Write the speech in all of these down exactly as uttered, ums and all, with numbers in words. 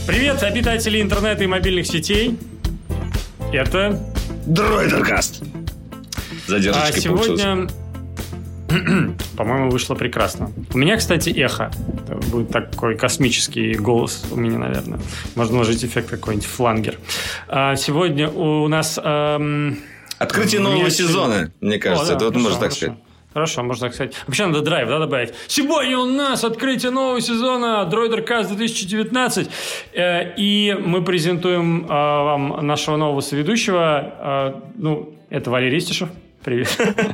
Привет, обитатели интернета и мобильных сетей. Это Дроидеркаст. Задержечкой а сегодня, по-моему, вышло прекрасно. У меня, кстати, эхо. Это будет такой космический голос у меня, наверное. Можно вложить эффект какой-нибудь флангер. А сегодня у нас... Эм... Открытие нового сезона, мне кажется. О, да, это вот хорошо, можно так хорошо. сказать. Хорошо, можно так сказать. Вообще надо драйв, да, добавить. Сегодня у нас открытие нового сезона Дроидеркаст две тысячи девятнадцать. И мы презентуем вам нашего нового соведущего. Ну, это Валерий Истишев. Привет.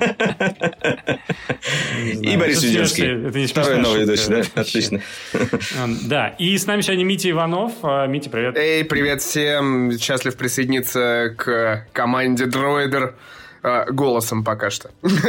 И Борис Ведерский. Второй новый ведущий, да? Отлично. Да, и с нами сегодня Митя Иванов. Митя, привет. Эй, привет всем. Счастлив присоединиться к команде Дроидер голосом пока что.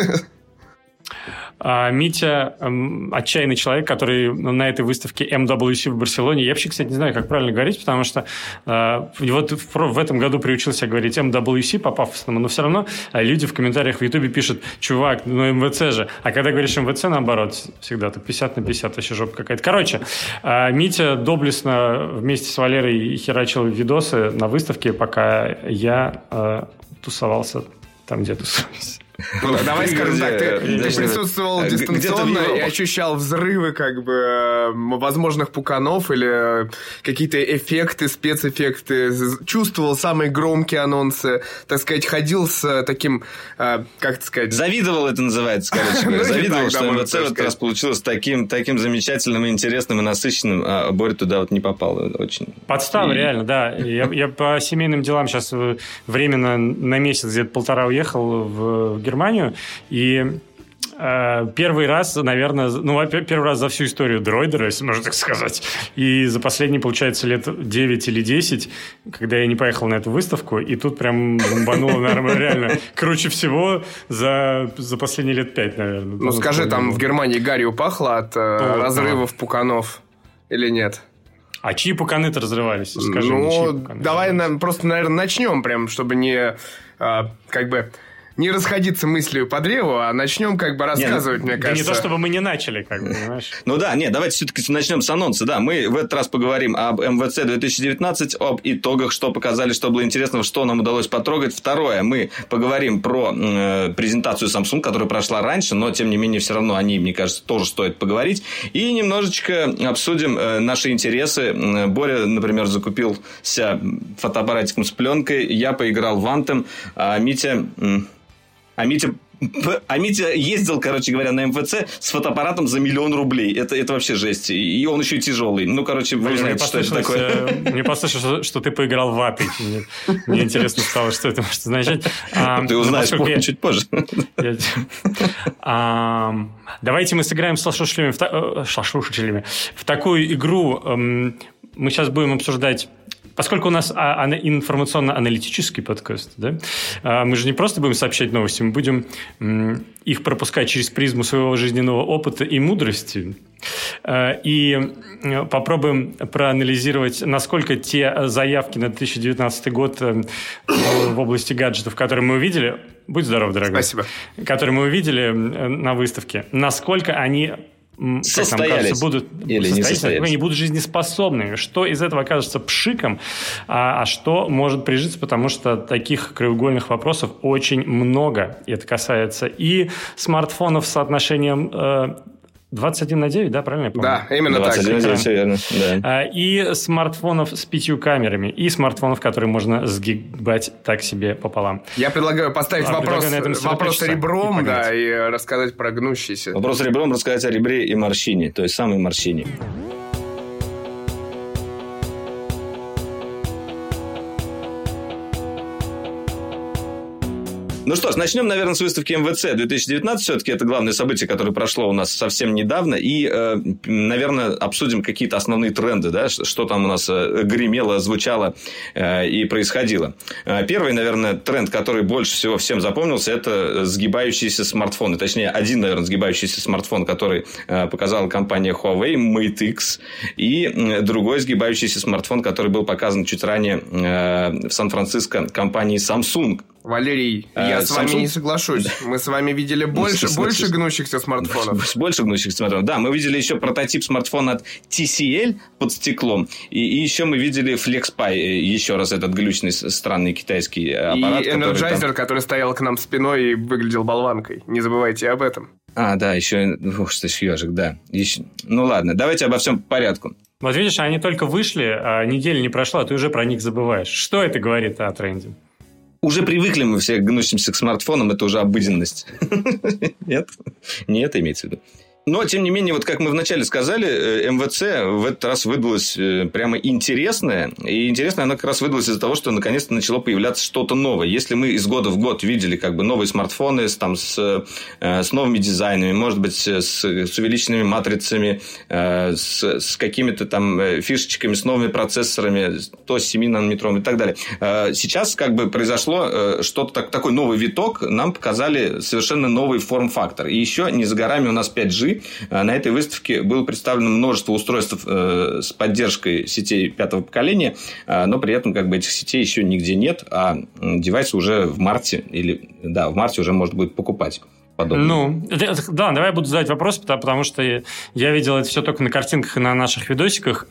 Митя – отчаянный человек, который на этой выставке эм дабл ю си в Барселоне. Я вообще, кстати, не знаю, как правильно говорить, потому что э, вот в, в этом году приучился говорить эм дабл ю си по-пафосному, но все равно люди в комментариях в Ютубе пишут: чувак, ну эм вэ цэ же. А когда говоришь эм вэ цэ, наоборот, всегда так пятьдесят на пятьдесят, вообще жопа какая-то. Короче, э, Митя доблестно вместе с Валерой херачил видосы на выставке, пока я э, тусовался там, где тусовался. Ну, давай скажем так, ты, ты присутствовал дистанционно и ощущал взрывы как бы возможных пуканов или какие-то эффекты, спецэффекты, чувствовал самые громкие анонсы, так сказать, ходил с таким, как это сказать... Завидовал, это называется, короче говоря. Завидовал, что эм вэ цэ в этот раз получилось таким, таким замечательным, интересным и насыщенным, а Боря туда вот не попал. Очень. Подстава, реально, да. Я, я по семейным делам сейчас временно на месяц, где-то полтора уехал в Германию, и э, первый раз, наверное, ну, первый раз за всю историю Дроидера, если можно так сказать, и за последние, получается, лет девять или десять, когда я не поехал на эту выставку, и тут прям бомбануло, наверное, реально круче всего за, за последние лет пять, наверное. Ну, скажи, там в Германии гарью пахло от э, разрывов пуканов или нет? А чьи пуканы-то разрывались? Скажи, ну, давай нам просто, наверное, начнем прям, чтобы не, а, как бы... не расходиться мыслью по древу, а начнем как бы рассказывать, не, мне да кажется. Не то, чтобы мы не начали, как бы, понимаешь? Ну да, нет, давайте все-таки начнем с анонса. Да, мы в этот раз поговорим об эм вэ цэ две тысячи девятнадцать, об итогах, что показали, что было интересного, что нам удалось потрогать. Второе, мы поговорим про э, презентацию Samsung, которая прошла раньше, но, тем не менее, все равно о ней, мне кажется, тоже стоит поговорить. И немножечко обсудим э, наши интересы. Боря, например, закупился фотоаппаратиком с пленкой, я поиграл в Anthem, а Митя... А Митя, а Митя ездил, короче говоря, на эм вэ цэ с фотоаппаратом за миллион рублей. Это, это вообще жесть. И он еще и тяжелый. Ну, короче, вы знаете, что это такое. Мне послышалось, что, что ты поиграл в Аты. Мне, мне интересно стало, что это может означать. А, ты узнаешь я... чуть позже. Я... А, давайте мы сыграем с слушателями в, та... слушателями в такую игру. Мы сейчас будем обсуждать... Поскольку у нас информационно-аналитический подкаст, да, мы же не просто будем сообщать новости, мы будем их пропускать через призму своего жизненного опыта и мудрости. И попробуем проанализировать, насколько те заявки на две тысячи девятнадцатый год в области гаджетов, которые мы увидели, будь здоров, дорогой, спасибо, которые мы увидели на выставке, насколько они... состоялись, как нам кажется, будут, или не состоялись. Они будут жизнеспособными. Что из этого окажется пшиком, а, а что может прижиться, потому что таких краеугольных вопросов очень много. И это касается и смартфонов с соотношением э, двадцать один на девять, да, правильно я помню? Да, именно двадцать один так. на девять, все верно. Да. И смартфонов с пятью камерами, и смартфонов, которые можно сгибать так себе пополам. Я предлагаю поставить а, вопрос, вопрос ребром, и да, и рассказать про гнущийся. Вопрос ребром рассказать о ребре и морщине, то есть самой морщине. Ну что ж, начнем, наверное, с выставки эм вэ цэ две тысячи девятнадцать. Все-таки это главное событие, которое прошло у нас совсем недавно. И, э, наверное, обсудим какие-то основные тренды, да, что там у нас гремело, звучало э, и происходило. Первый, наверное, тренд, который больше всего всем запомнился, это сгибающиеся смартфоны. Точнее, один, наверное, сгибающийся смартфон, который э, показала компания Huawei, Mate X. И другой сгибающийся смартфон, который был показан чуть ранее э, в Сан-Франциско компанией Samsung. Валерий, а, я Samsung... с вами не соглашусь. Мы с вами видели больше, больше гнущихся смартфонов. Больше гнущихся смартфонов. Да, мы видели еще прототип смартфона от ти си эл под стеклом. И, и еще мы видели FlexPy, еще раз этот глючный странный китайский аппарат. И Energizer, который, там... который стоял к нам спиной и выглядел болванкой. Не забывайте об этом. А, да, еще... Ух, что ж, ежик, да. Еще... Ну ладно, давайте обо всем по порядку. Вот видишь, они только вышли, а неделя не прошла, а ты уже про них забываешь. Что это говорит о тренде? Уже привыкли мы все к гнущимся к смартфонам, это уже обыденность. Нет? Не это имеется в виду. Но, тем не менее, вот как мы вначале сказали, эм вэ цэ в этот раз выдалось прямо интересное. И интересное оно как раз выдалось из-за того, что наконец-то начало появляться что-то новое. Если мы из года в год видели как бы новые смартфоны с, там, с, с новыми дизайнами, может быть, с, с увеличенными матрицами, с, с какими-то там фишечками, с новыми процессорами, то с семинанометровыми и так далее. Сейчас как бы произошло что-то, такой новый виток, нам показали совершенно новый форм-фактор. И еще не за горами у нас пять джи. На этой выставке было представлено множество устройств э, с поддержкой сетей пятого поколения, э, но при этом как бы этих сетей еще нигде нет, а девайсы уже в марте или да, в марте уже можно будет покупать. Подобное. Ну, да, давай я буду задать вопрос, потому что я видел это все только на картинках и на наших видосиках.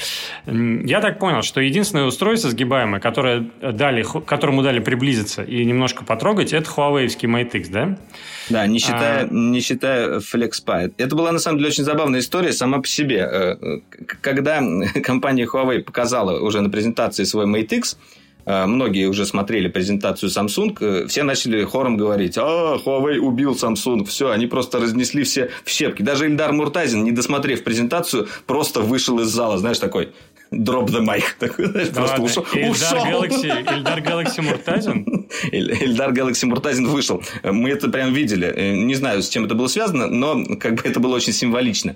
Я так понял, что единственное устройство сгибаемое, которое дали, которому дали приблизиться и немножко потрогать, это Huawei-овский Mate X, да? Да, не считая, а... не считая FlexPy. Это была, на самом деле, очень забавная история сама по себе. Когда компания Huawei показала уже на презентации свой Mate X, многие уже смотрели презентацию Samsung, все начали хором говорить: а, Huawei убил Samsung, все, они просто разнесли все в щепки. Даже Ильдар Муртазин, не досмотрев презентацию, просто вышел из зала, знаешь, такой... Drop the mic. Такой, знаешь, да просто ушел. Ильдар Galaxy, Ильдар Galaxy Муртазин? Ильдар Galaxy Муртазин вышел. Мы это прям видели. Не знаю, с чем это было связано, но как бы это было очень символично.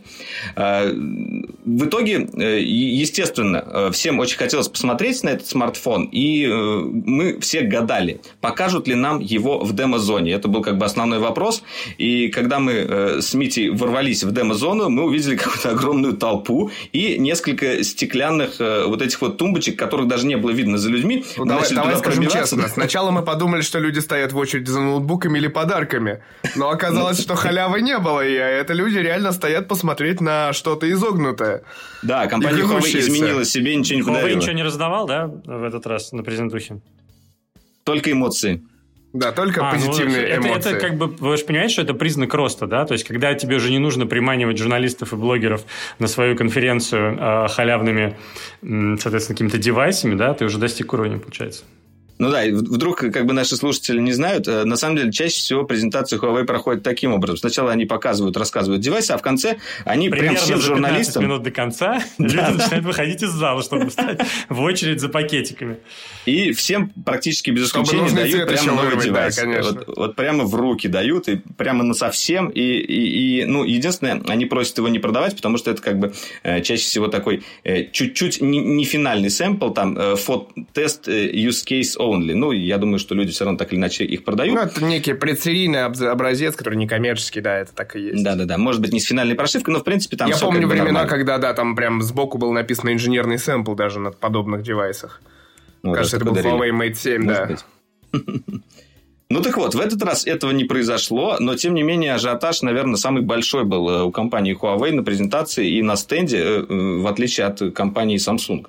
В итоге, естественно, всем очень хотелось посмотреть на этот смартфон, и мы все гадали, покажут ли нам его в демо-зоне. Это был как бы основной вопрос. И когда мы с Митей ворвались в демо-зону, мы увидели какую-то огромную толпу и несколько стеклянных вот этих вот тумбочек, которых даже не было видно за людьми. Ну, давай давай скажем честно. Сначала мы подумали, что люди стоят в очереди за ноутбуками или подарками. Но оказалось, что халявы не было. И это люди реально стоят посмотреть на что-то изогнутое. Да, компания Huawei изменила себе, ничего не подарила. Huawei ничего не раздавал, да, в этот раз на презентухе? Только эмоции. Да, только а, позитивные ну, эмоции. Это, это как бы, вы же понимаете, что это признак роста, да? То есть, когда тебе уже не нужно приманивать журналистов и блогеров на свою конференцию э, халявными, соответственно, какими-то девайсами, да, ты уже достиг уровня, получается. Ну да, вдруг как бы наши слушатели не знают, на самом деле чаще всего презентации Huawei проходят таким образом. Сначала они показывают, рассказывают девайсы, а в конце они примерно прям всем журналистам... минут до конца люди начинают выходить из зала, чтобы встать в очередь за пакетиками. И всем практически без исключения дают прямо новый девайс. Да, вот, вот прямо в руки дают, и прямо на совсем. И, и, и, ну, единственное, они просят его не продавать, потому что это как бы чаще всего такой чуть-чуть не, не финальный сэмпл, там, фото-тест, use case only. Ну, я думаю, что люди все равно так или иначе их продают. Ну, это некий предсерийный образец, который не коммерческий, да, это так и есть. Да-да-да, может быть, не с финальной прошивкой, но, в принципе, там я все помню как бы времена, нормально. Когда, да, там прям сбоку был написан инженерный сэмпл даже на подобных девайсах. Ну, кажется, это был Huawei Mate семь, может да. Ну, так вот, в этот раз этого не произошло, но, тем не менее, ажиотаж, наверное, самый большой был у компании Huawei на презентации и на стенде, в отличие от компании Samsung.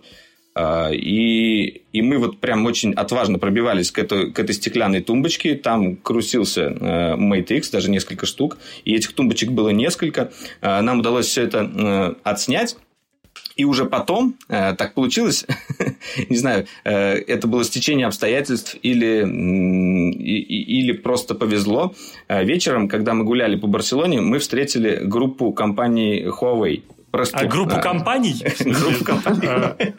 И, и мы вот прям очень отважно пробивались к этой, к этой стеклянной тумбочке. Там крутился Mate X, даже несколько штук. И этих тумбочек было несколько. Нам удалось все это отснять. И уже потом э, так получилось, не знаю, э, это было стечение обстоятельств или, э, или просто повезло. Э, вечером, когда мы гуляли по Барселоне, мы встретили группу компании Huawei. Просто, а группу а, компаний? Группу компаний.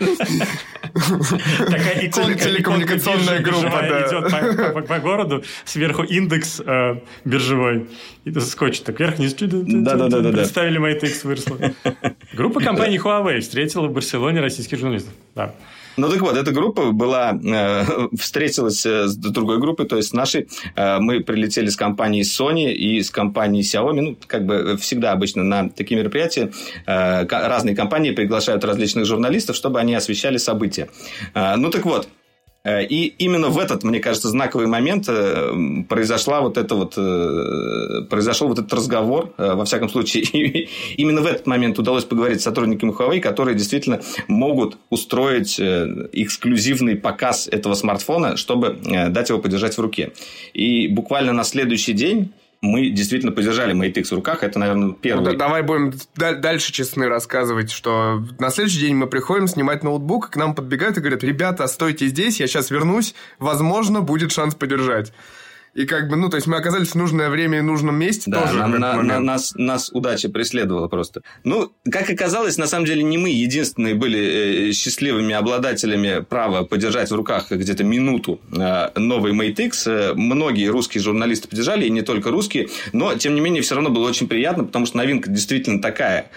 Такая иконка. Телекоммуникационная группа, идет по городу, сверху индекс биржевой. И скотч так вверх-вниз. Да-да-да. Представили Mate X, выросло. Группа компаний Huawei встретила в Барселоне российских журналистов. Да. Ну, так вот, эта группа была, э, встретилась с другой группой, то есть с нашей. Э, мы прилетели с компанией Sony и с компанией Xiaomi. Ну, как бы всегда обычно на такие мероприятия э, разные компании приглашают различных журналистов, чтобы они освещали события. Э, ну, так вот, И именно в этот, мне кажется, знаковый момент произошла вот это вот, произошел вот этот разговор. Во всяком случае, именно в этот момент удалось поговорить с сотрудниками Huawei, которые действительно могут устроить эксклюзивный показ этого смартфона, чтобы дать его подержать в руке. И буквально на следующий день мы действительно подержали Mate X в руках. Это, наверное, первый... Ну, да, давай будем дальше честны рассказывать, что на следующий день мы приходим снимать ноутбук, и к нам подбегают и говорят: ребята, стойте здесь, я сейчас вернусь, возможно, будет шанс подержать. И как бы, ну, то есть мы оказались в нужное время и в нужном месте да, тоже. На, на, на, нас, нас удача преследовала просто. Ну, как оказалось, на самом деле не мы единственные были счастливыми обладателями права подержать в руках где-то минуту новый Mate X. Многие русские журналисты подержали, и не только русские, но, тем не менее, все равно было очень приятно, потому что новинка действительно такая,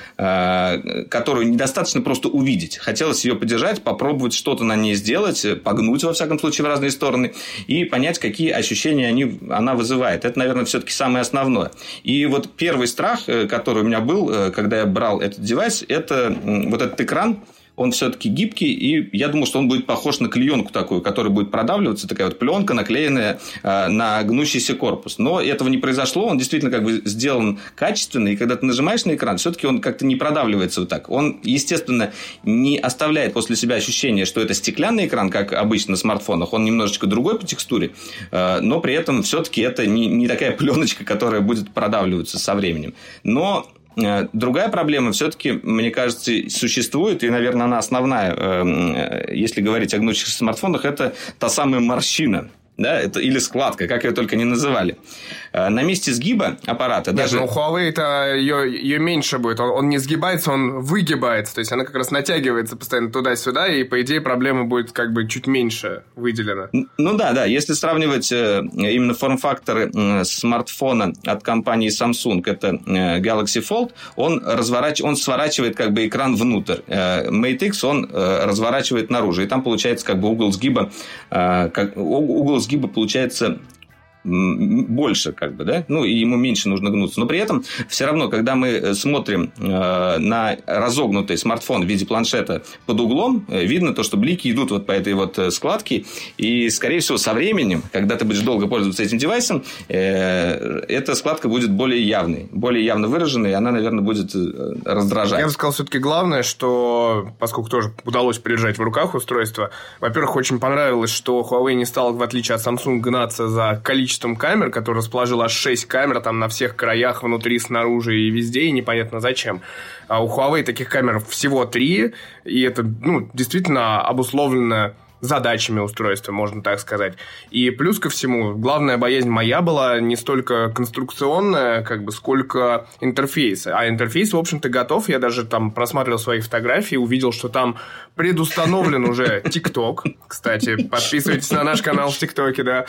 которую недостаточно просто увидеть. Хотелось ее подержать, попробовать что-то на ней сделать, погнуть, во всяком случае, в разные стороны, и понять, какие ощущения они она вызывает. Это, наверное, все-таки самое основное. И вот первый страх, который у меня был, когда я брал этот девайс, это вот этот экран. Он все-таки гибкий, и я думал, что он будет похож на клеенку такую, которая будет продавливаться, такая вот пленка, наклеенная э, на гнущийся корпус. Но этого не произошло, он действительно как бы сделан качественно, и когда ты нажимаешь на экран, все-таки он как-то не продавливается вот так. Он, естественно, не оставляет после себя ощущение, что это стеклянный экран, как обычно на смартфонах, он немножечко другой по текстуре, э, но при этом все-таки это не, не такая пленочка, которая будет продавливаться со временем. Но другая проблема все-таки, мне кажется, существует, и, наверное, она основная, если говорить о гнущихся смартфонах, это та самая морщина. Да, это, или складка, как ее только не называли. На месте сгиба аппарата... Нет, даже... ну, Huawei-то ее, ее меньше будет. Он, он не сгибается, он выгибается. То есть, она как раз натягивается постоянно туда-сюда, и, по идее, проблема будет как бы чуть меньше выделена. Ну да, да. Если сравнивать именно форм-факторы смартфона от компании Samsung, это Galaxy Fold, он, разворач... он сворачивает как бы экран внутрь. Mate X он разворачивает наружу. И там получается как бы угол сгиба... Как... Угол сгиба получается больше, как бы, да, ну, и ему меньше нужно гнуться. Но при этом все равно, когда мы смотрим э, на разогнутый смартфон в виде планшета под углом, э, видно то, что блики идут вот по этой вот складке, и, скорее всего, со временем, когда ты будешь долго пользоваться этим девайсом, э, эта складка будет более явной, более явно выраженной, и она, наверное, будет раздражать. Я бы сказал, все-таки главное, что, поскольку тоже удалось придержать в руках устройство, во-первых, очень понравилось, что Huawei не стал, в отличие от Samsung, гнаться за количеством камер, который расположил аж шесть камер там на всех краях, внутри, снаружи и везде, и непонятно зачем. А у Huawei таких камер всего три, и это, ну, действительно обусловлено задачами устройства, можно так сказать. И плюс ко всему, главная боязнь моя была не столько конструкционная, как бы, сколько интерфейса. А интерфейс, в общем-то, готов. Я даже там просматривал свои фотографии, увидел, что там предустановлен уже TikTok. Кстати, подписывайтесь на наш канал в ТикТоке, да.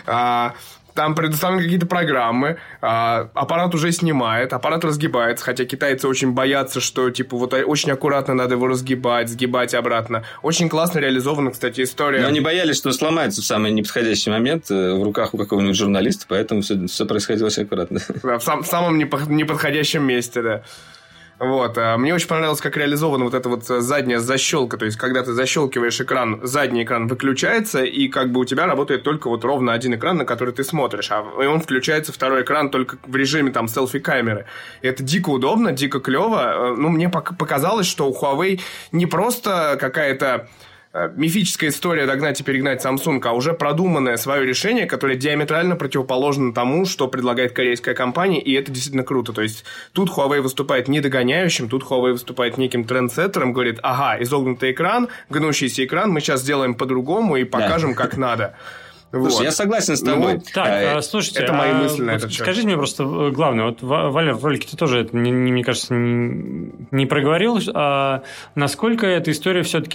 А, там предоставлены какие-то программы, а, аппарат уже снимает, аппарат разгибается, хотя китайцы очень боятся, что типа вот очень аккуратно надо его разгибать, сгибать обратно. Очень классно реализована, кстати, история. Но они боялись, что сломается в самый неподходящий момент в руках у какого-нибудь журналиста, поэтому все, все происходило очень аккуратно. Да, в, сам, в самом неподходящем месте, да. Вот. Мне очень понравилось, как реализована вот эта вот задняя защелка. То есть, когда ты защелкиваешь экран, задний экран выключается, и как бы у тебя работает только вот ровно один экран, на который ты смотришь. А и он включается, второй экран, только в режиме там селфи-камеры. И это дико удобно, дико клево. Ну, мне показалось, что у Huawei не просто какая-то мифическая история догнать и перегнать Samsung, а уже продуманное свое решение, которое диаметрально противоположно тому, что предлагает корейская компания, и это действительно круто. То есть тут Huawei выступает не догоняющим, тут Huawei выступает неким трендсеттером, говорит: ага, изогнутый экран, гнущийся экран, мы сейчас сделаем по-другому и покажем, да, как надо. Слушай, вот. Я согласен с тобой. Ну, так, а, слушайте, это мои а, мысли на вот этот счет. Скажите мне просто главное, вот Валя в ролике ты тоже, это, не, не, мне кажется, не, не проговорил, а насколько эта история все-таки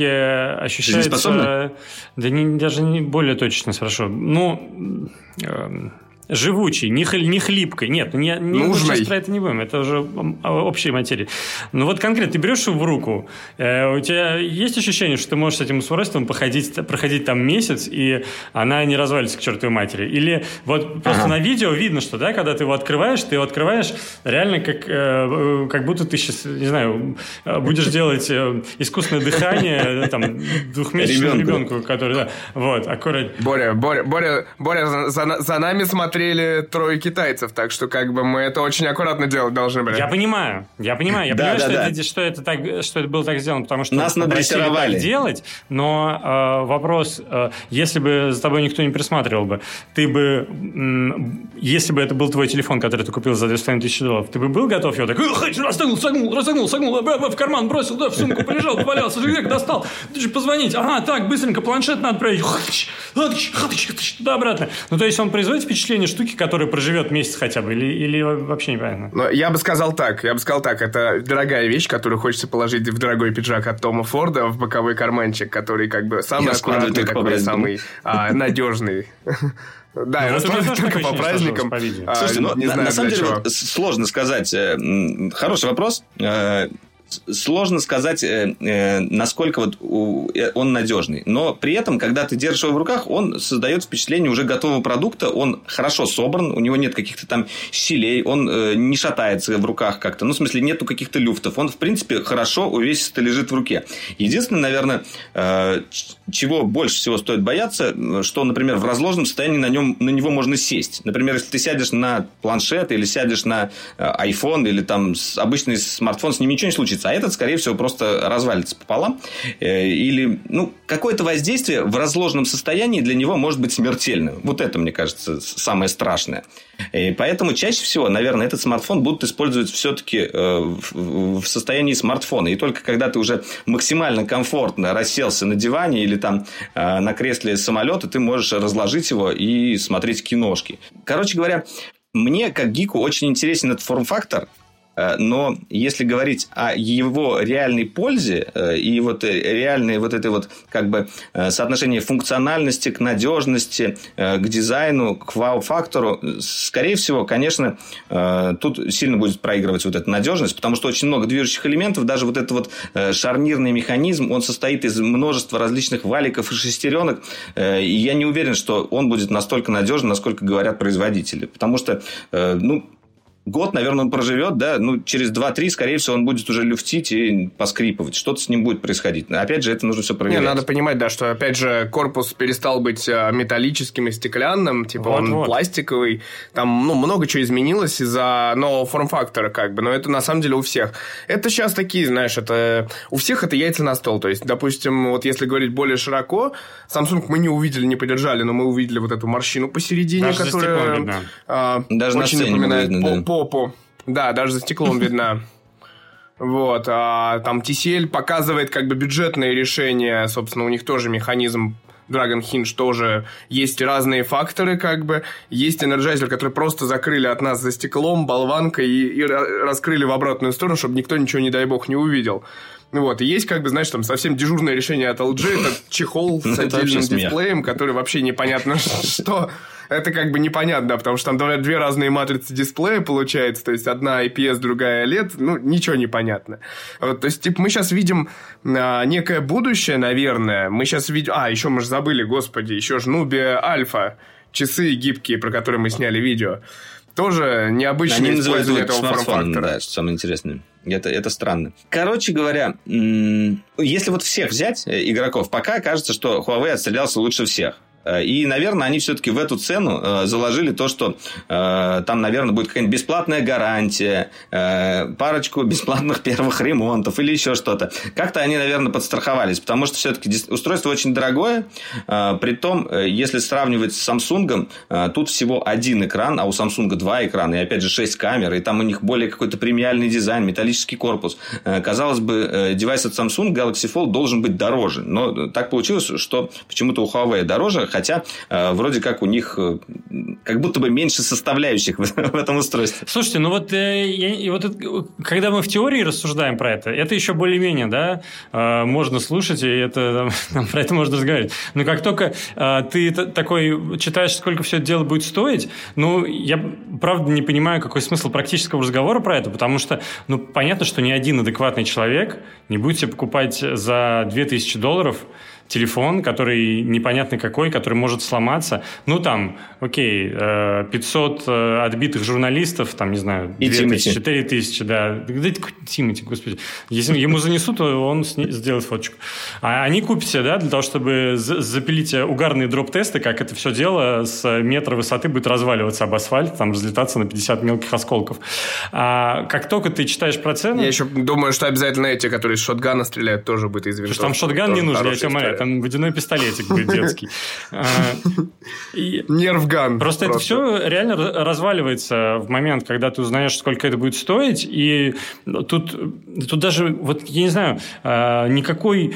ощущается... Да не, даже не более точно спрошу. Ну... Э, живучей, не, не хлипкой. Нет, не, не, мы сейчас про это не будем. Это уже общие материи. Но вот конкретно ты берешь его в руку, э, у тебя есть ощущение, что ты можешь с этим устройством походить, проходить там месяц, и она не развалится к чертовой матери? Или вот просто ага. на видео видно, что, да, когда ты его открываешь, ты его открываешь реально как, э, как будто ты сейчас, не знаю, будешь делать э, искусственное дыхание там, двухмесячному ребенку, который, да, вот, аккурат. Боря, Боря, Боря, Боря, за, за нами смотрели трое китайцев, так что как бы мы это очень аккуратно делать должны были. Я понимаю, я понимаю, я да, понимаю, да, что, да. Это, что, это так, что это было так сделано, потому что нас надрессировали так делать, но э, вопрос, э, если бы за тобой никто не присматривал бы, ты бы, м, если бы это был твой телефон, который ты купил за две с половиной тысячи долларов, ты бы был готов его так, расстегнул, согнул, расстегнул, согнул, в карман бросил, да, в сумку полежал, повалялся, достал, позвонить, ага, так, быстренько планшет надо отправить, туда-обратно. Ну, то есть он производит впечатление штуки, которая проживет месяц хотя бы, или, или вообще непонятно? Но я бы сказал так, я бы сказал так, это дорогая вещь, которую хочется положить в дорогой пиджак от Тома Форда в боковой карманчик, который как бы самый аккуратный, такой самый а, надежный. Да, ну, раскладывать только по праздникам. А, Слушайте, ну, на, на самом деле вот, сложно сказать. Хороший вопрос. Сложно сказать, э, э, насколько вот у, э, он надежный. Но при этом, когда ты держишь его в руках, он создает впечатление уже готового продукта. Он хорошо собран, у него нет каких-то там щелей, он э, не шатается в руках как-то. Ну, в смысле, нету каких-то люфтов. Он, в принципе, хорошо увесисто лежит в руке. Единственное, наверное, э, чего больше всего стоит бояться, что, например, в разложенном состоянии на, нем, на него можно сесть. Например, если ты сядешь на планшет или сядешь на э, iPhone или там обычный смартфон, с ним ничего не случится. А этот, скорее всего, просто развалится пополам. Или, ну, какое-то воздействие в разложенном состоянии для него может быть смертельным. Вот это, мне кажется, самое страшное. И поэтому чаще всего, наверное, этот смартфон будут использовать все-таки в состоянии смартфона. И только когда ты уже максимально комфортно расселся на диване или там на кресле самолета, ты можешь разложить его и смотреть киношки. Короче говоря, мне, как гику, очень интересен этот форм-фактор. Но если говорить о его реальной пользе и вот реальной вот этой вот как бы соотношении функциональности к надежности, к дизайну, к вау-фактору, скорее всего, конечно, тут сильно будет проигрывать вот эта надежность, потому что очень много движущих элементов, даже вот этот вот шарнирный механизм, он состоит из множества различных валиков и шестеренок, и я не уверен, что он будет настолько надежен, насколько говорят производители, потому что, ну, год, наверное, он проживет, да, ну, через два-три, скорее всего, он будет уже люфтить и поскрипывать. Что-то с ним будет происходить. Но, опять же, это нужно все проверять. Не, надо понимать, да, что, опять же, корпус перестал быть металлическим и стеклянным, типа вот, он вот. пластиковый. Там, ну, много чего изменилось из-за нового форм-фактора, как бы, но это, на самом деле, у всех. Это сейчас такие, знаешь, это... У всех это яйца на стол. То есть, допустим, вот если говорить более широко, Samsung мы не увидели, не поддержали, но мы увидели вот эту морщину посередине, даже которая а, даже очень напоминает видно, по- да. попу. Да, даже за стеклом видна. Вот. А там ти си эль показывает как бы бюджетные решения. Собственно, у них тоже механизм Dragon Hinge тоже есть разные факторы, как бы. Есть Energizer, который просто закрыли от нас за стеклом, болванкой и, и раскрыли в обратную сторону, чтобы никто ничего, не дай бог, не увидел. Вот. И есть, как бы, знаешь, там совсем дежурное решение от эл джи. Это чехол с отдельным дисплеем, который вообще непонятно что. Это как бы непонятно, да, потому что там две разные матрицы дисплея получается, то есть одна ай пи эс, другая эл и ди, ну, ничего не понятно. Вот, то есть, типа, мы сейчас видим а, некое будущее, наверное, мы сейчас видим... А, еще мы же забыли, господи, еще же Nubia Alpha, часы гибкие, про которые мы сняли видео. Тоже необычное использование этого форм-фактора. Да, что самое интересное. Это, это странно. Короче говоря, если вот всех взять игроков, пока кажется, что Huawei отстрелялся лучше всех. И, наверное, они все-таки в эту цену э, заложили то, что э, там, наверное, будет какая-нибудь бесплатная гарантия, э, парочку бесплатных первых ремонтов или еще что-то. Как-то они, наверное, подстраховались, потому что все-таки устройство очень дорогое. Э, притом, э, если сравнивать с Samsung, э, тут всего один экран, а у Samsung два экрана, и опять же шесть камер, и там у них более какой-то премиальный дизайн, металлический корпус. Э, казалось бы, э, девайс от Samsung Galaxy Fold должен быть дороже, но так получилось, что почему-то у Huawei дороже. Хотя, э, вроде как у них э, как будто бы меньше составляющих в, в этом устройстве. Слушайте, ну вот, э, я, вот это, когда мы в теории рассуждаем про это, это еще более-менее, да, э, можно слушать, и это, там, про это можно разговаривать. Но как только э, ты такой читаешь, сколько все это дело будет стоить, ну, я правда не понимаю, какой смысл практического разговора про это, потому что, ну, понятно, что ни один адекватный человек не будет себе покупать за две тысячи долларов телефон, который непонятно какой, который может сломаться. Ну, там, окей, пятьсот отбитых журналистов, там, не знаю, две тысячи, четыре тысячи, да. Да Тимати, господи. Если ему занесут, то он сделает фоточку. А они купят себе, да, для того, чтобы запилить угарные дроп-тесты, как это все дело с метра высоты будет разваливаться об асфальт, там, разлетаться на пятьдесят мелких осколков. А как только ты читаешь про цены... Я еще думаю, что обязательно эти, которые из шотгана стреляют, тоже будет из винтовки. Там шотган не нужен, я тебе умоляю. Там водяной пистолетик будет детский. Нервган. Просто это все реально разваливается в момент, когда ты узнаешь, сколько это будет стоить. И тут, тут даже, вот я не знаю, никакой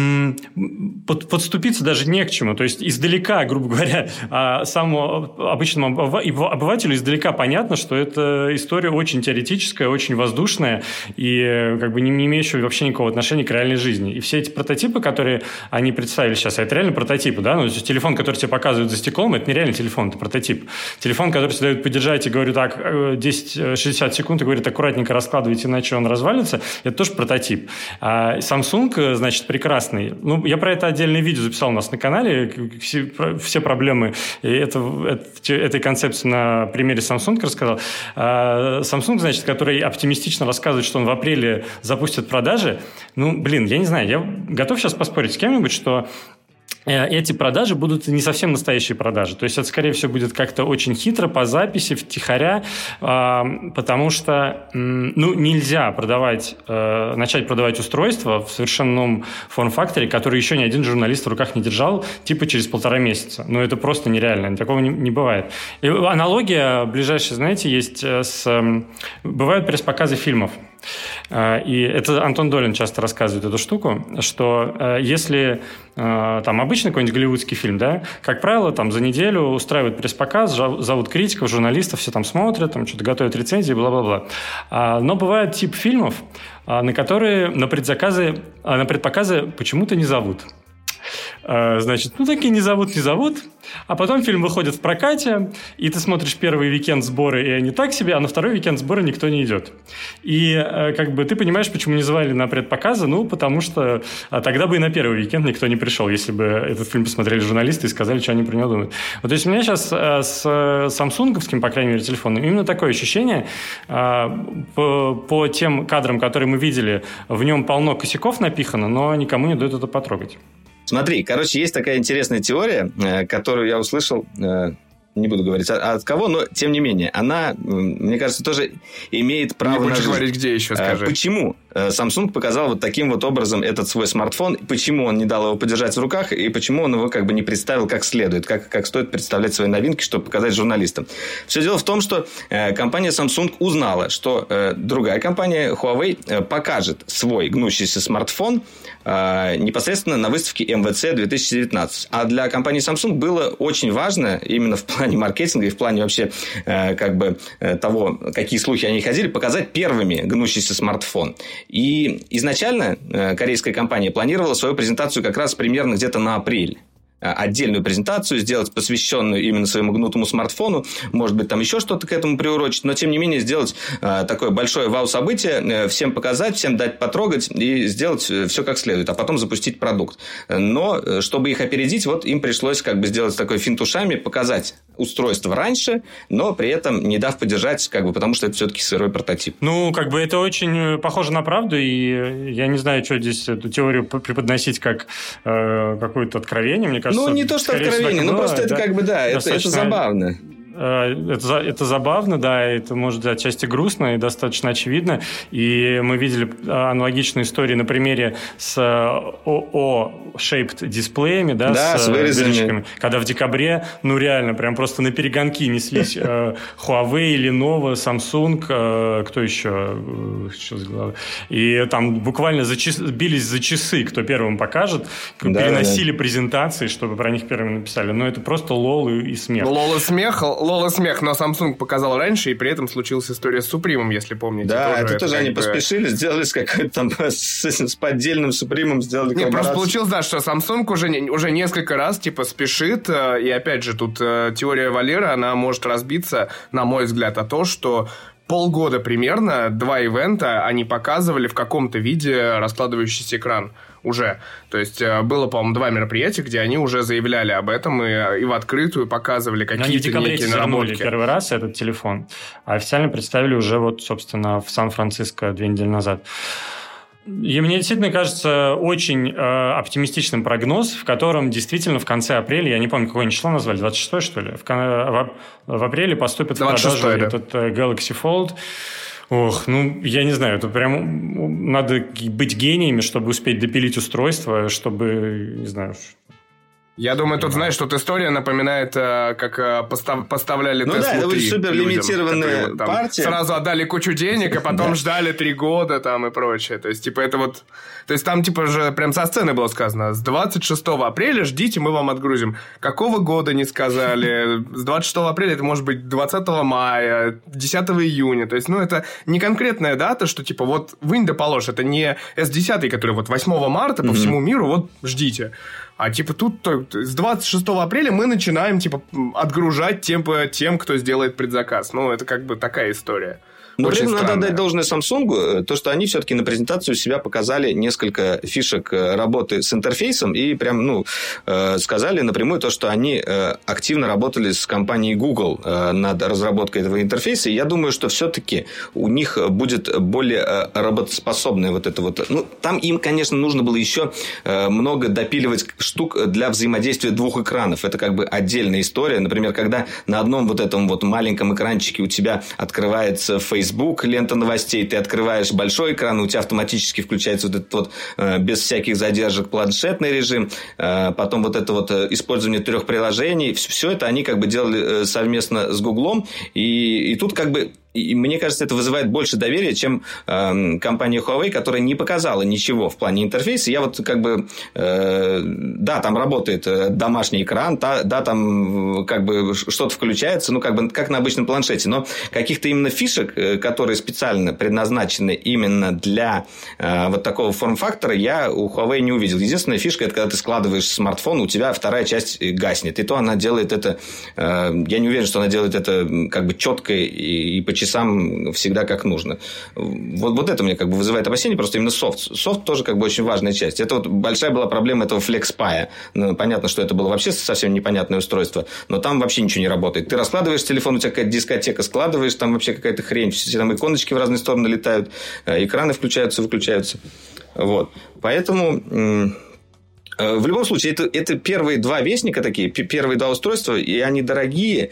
подступиться даже не к чему. То есть издалека, грубо говоря, самому обычному обывателю издалека понятно, что это история очень теоретическая, очень воздушная и как бы не имеющая вообще никакого отношения к реальной жизни. И все эти прототипы, которые они представили сейчас, это реально прототипы, да? Ну, телефон, который тебе показывают за стеклом, это не реально телефон, это прототип. Телефон, который тебе дают подержать и говорю, так, десять-шестьдесят секунд, и говорит, аккуратненько раскладывайте, иначе он развалится, это тоже прототип. А Samsung, значит, прекрасный. Ну, я про это отдельное видео записал у нас на канале, все, все проблемы это, это, этой концепции на примере Samsung рассказал. А Samsung, значит, который оптимистично рассказывает, что он в апреле запустит продажи, ну, блин, я не знаю, я готов сейчас поспорить с кем-нибудь, что эти продажи будут не совсем настоящие продажи. То есть, это, скорее всего, будет как-то очень хитро, по записи, втихаря, потому что ну, нельзя продавать, начать продавать устройство в совершенно новом форм-факторе, который еще ни один журналист в руках не держал, типа через полтора месяца. Ну, это просто нереально. Такого не, не бывает. И аналогия ближайшая, знаете, есть с... Бывают пресс-показы фильмов. И это Антон Долин часто рассказывает эту штуку, что если там обычный какой-нибудь голливудский фильм, да, как правило, там за неделю устраивают пресс-показ, зовут критиков, журналистов, все там смотрят, там что-то готовят рецензии, бла-бла-бла. Но бывает тип фильмов, на которые на предзаказы, на предпоказы почему-то не зовут. Значит, ну, такие не зовут, не зовут. А потом фильм выходит в прокате, и ты смотришь первый уикенд сборы, и они так себе, а на второй уикенд сборы никто не идет. И как бы ты понимаешь, почему не звали на предпоказы, ну, потому что тогда бы и на первый уикенд никто не пришел, если бы этот фильм посмотрели журналисты и сказали, что они про него думают. Вот, то есть у меня сейчас с самсунговским, по крайней мере, телефоном именно такое ощущение. По, по тем кадрам, которые мы видели, в нем полно косяков напихано, но никому не дают это потрогать. Смотри, короче, есть такая интересная теория, которую я услышал, не буду говорить от кого, но тем не менее, она, мне кажется, тоже имеет право не на жизнь. Не говорить, где еще, скажи. Почему Samsung показал вот таким вот образом этот свой смартфон, почему он не дал его подержать в руках, и почему он его как бы не представил как следует, как, как стоит представлять свои новинки, чтобы показать журналистам. Все дело в том, что компания Samsung узнала, что другая компания Huawei покажет свой гнущийся смартфон непосредственно на выставке эм вэ цэ две тысячи девятнадцать. А для компании Samsung было очень важно именно в плане маркетинга и в плане вообще как бы того, какие слухи они ходили, показать первыми гнущийся смартфон. И изначально корейская компания планировала свою презентацию как раз примерно где-то на апрель. Отдельную презентацию сделать, посвященную именно своему гнутому смартфону. Может быть, там еще что-то к этому приурочить. Но, тем не менее, сделать э, такое большое вау-событие, э, всем показать, всем дать потрогать и сделать все как следует, а потом запустить продукт. Но, чтобы их опередить, вот им пришлось как бы сделать такой финт ушами, показать устройство раньше, но при этом не дав подержать, как бы, потому что это все-таки сырой прототип. Ну, как бы это очень похоже на правду, и я не знаю, что здесь эту теорию преподносить как э, какое-то откровение, мне кажется. Ну, не то, что откровение, но просто это как бы, да, это, это забавно. Это, это забавно, да, это может быть отчасти грустно и достаточно очевидно. И мы видели аналогичную историю на примере с O-shaped дисплеями, да, да, с, с вырезами. Когда в декабре, ну реально, прям просто на перегонки неслись Huawei, Lenovo, Samsung, кто еще? И там буквально за час, бились за часы, кто первым покажет, да, переносили да. презентации, чтобы про них первыми написали. Но это просто лол и, и смех. Лол и смех. лол и смех, но Samsung показал раньше, и при этом случилась история с Supreme, если помните. Да, тоже, это, это тоже они бы... поспешили, сделали с какой-то там с, с поддельным Supreme, сделали Не, просто получилось, да, что Samsung уже, уже несколько раз, типа, спешит, и опять же, тут теория Валеры, она может разбиться, на мой взгляд, о том, что полгода примерно, два ивента, они показывали в каком-то виде раскладывающийся экран уже. То есть было, по-моему, два мероприятия, где они уже заявляли об этом и, и в открытую показывали какие-то некие наработки. Первый раз этот телефон, а официально представили уже вот, собственно, в Сан-Франциско две недели назад. И мне действительно кажется очень э, оптимистичным прогноз, в котором действительно в конце апреля, я не помню, какое число назвали, двадцать шестое, что ли? В, в, в апреле поступит в продажу да. этот э, Galaxy Fold. Ох, ну, я не знаю, это прям надо быть гениями, чтобы успеть допилить устройство, чтобы, не знаю... Я думаю, тут, знаешь, тут история напоминает, как постав, поставляли ну Теслу да, это три супер лимитированная людям, партия. Сразу отдали кучу денег, а потом ждали три года там и прочее. То есть, типа, это вот... То есть, там, типа, же прям со сцены было сказано, с двадцать шестого апреля ждите, мы вам отгрузим. Какого года не сказали? С двадцать шестого апреля это может быть двадцатого мая, десятого июня. То есть, ну, это не конкретная дата, что, типа, вот вынь да положь. Это не эс десять, который вот восьмого марта по mm-hmm. всему миру, вот ждите. А типа тут с двадцать шестого апреля мы начинаем типа отгружать тем, тем, кто сделает предзаказ. Ну, это как бы такая история. Но при этом надо отдать должное Samsung, то, что они все-таки на презентацию себя показали несколько фишек работы с интерфейсом и прям, ну, сказали напрямую то, что они активно работали с компанией Google над разработкой этого интерфейса. И я думаю, что все-таки у них будет более работоспособная вот это вот... Ну, там им, конечно, нужно было еще много допиливать штук для взаимодействия двух экранов. Это как бы отдельная история. Например, когда на одном вот этом вот маленьком экранчике у тебя открывается Facebook, Facebook, лента новостей, ты открываешь большой экран, у тебя автоматически включается вот этот вот э, без всяких задержек планшетный режим, э, потом вот это вот использование трех приложений, все это они как бы делали совместно с Гуглом, и, и тут как бы и мне кажется, это вызывает больше доверия, чем э, компания Huawei, которая не показала ничего в плане интерфейса. Я вот как бы... Э, да, там работает домашний экран, да, да, там как бы что-то включается, ну, как бы как на обычном планшете. Но каких-то именно фишек, которые специально предназначены именно для э, вот такого форм-фактора, я у Huawei не увидел. Единственная фишка – это когда ты складываешь смартфон, у тебя вторая часть гаснет. И то она делает это... Э, я не уверен, что она делает это как бы четко и, и по часам всегда как нужно. Вот, вот это мне как бы вызывает опасения, просто именно софт. Софт тоже как бы очень важная часть. Это вот большая была проблема этого FlexPy. Ну, понятно, что это было вообще совсем непонятное устройство, но там вообще ничего не работает. Ты раскладываешь телефон, у тебя какая-то дискотека, складываешь, там вообще какая-то хрень, все там иконочки в разные стороны летают, экраны включаются, выключаются. Вот. Поэтому... В любом случае, это, это первые два вестника такие, первые два устройства, и они дорогие,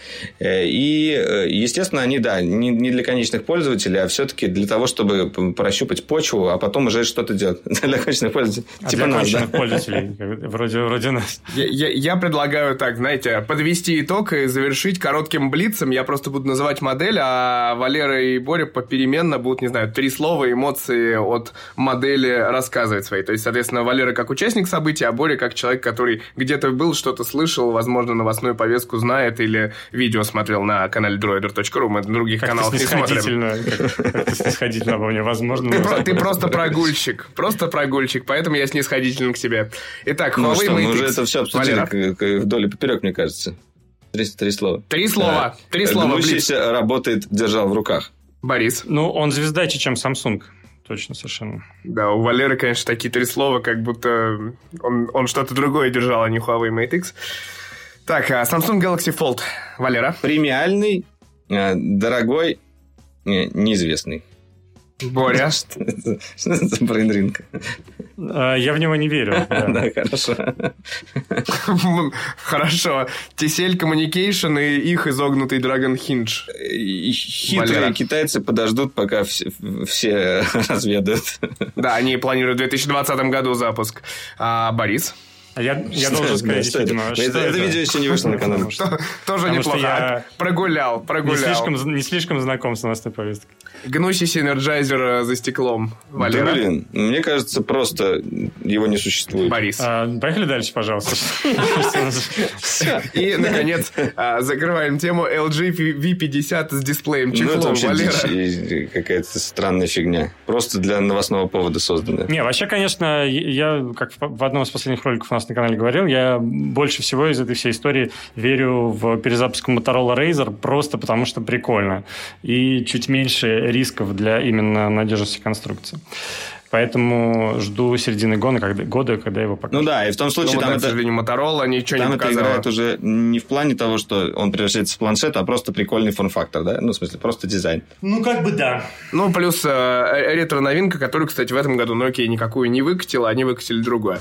и, естественно, они, да, не, не для конечных пользователей, а все-таки для того, чтобы прощупать почву, а потом уже что-то делать для конечных пользователей. А типа для нас, конечных да? пользователей, вроде, вроде нас. Я, я, я предлагаю так, знаете, подвести итог и завершить коротким блицем. Я просто буду называть модель, а Валера и Боря попеременно будут, не знаю, три слова, эмоции от модели рассказывать свои. То есть, соответственно, Валера как участник события, а Боря как человек, который где-то был, что-то слышал, возможно, новостную повестку знает или видео смотрел на канале дроидер точка ру. Мы на других как каналах не смотрим. Как-то снисходительно обо мне, возможно. Ты, ты просто прогульщик. Просто прогульщик, поэтому я снисходителен к себе. Итак, ну Huawei что, Mate мы X. уже это все обсудили вдоль и поперек, мне кажется. Три, три слова. Три слова. Да. Три слова. Гнущийся работает, держал в руках. Борис. Ну, он звездаче, чем Samsung. Точно, совершенно. Да, у Валеры, конечно, такие три слова, как будто он, он что-то другое держал, а не Huawei Mate X. Так, Samsung Galaxy Fold. Валера? Премиальный, дорогой, неизвестный. Боря? Что это за брейн-ринг? Я в него не верю. Да, хорошо. Хорошо. ти си эл Communication и их изогнутый Dragon Hinge. Хитрые китайцы подождут, пока все разведают. Да, они планируют в две тысячи двадцатом году запуск. А Борис? А я, я должен сказать, действительно, что это, это видео еще не вышло на канале. Тоже неплохо. Прогулял, прогулял. Не слишком знаком с новостной повесткой. Гнущийся энерджайзер за стеклом. Валера. Да, блин, мне кажется, просто его не существует. Борис. А, поехали дальше, пожалуйста. И, наконец, закрываем тему эл джи ви пятьдесят с дисплеем чехлом. Валера. Какая-то странная фигня. Просто для новостного повода созданная. Не, вообще, конечно, я, как в одном из последних роликов у нас на канале говорил, я больше всего из этой всей истории верю в перезапуск Motorola Razr просто потому, что прикольно. И чуть меньше рисков для именно надежности конструкции. Поэтому жду середины года, когда, года, когда его покажут. Ну да, и в том случае... Ну, там да, это, к сожалению, Motorola ничего там не показала. Там это играет уже не в плане того, что он превращается в планшет, а просто прикольный форм-фактор, да? Ну, в смысле, просто дизайн. Ну, как бы да. Ну, плюс э, ретро-новинка, которую, кстати, в этом году Nokia никакую не выкатила, они выкатили другое.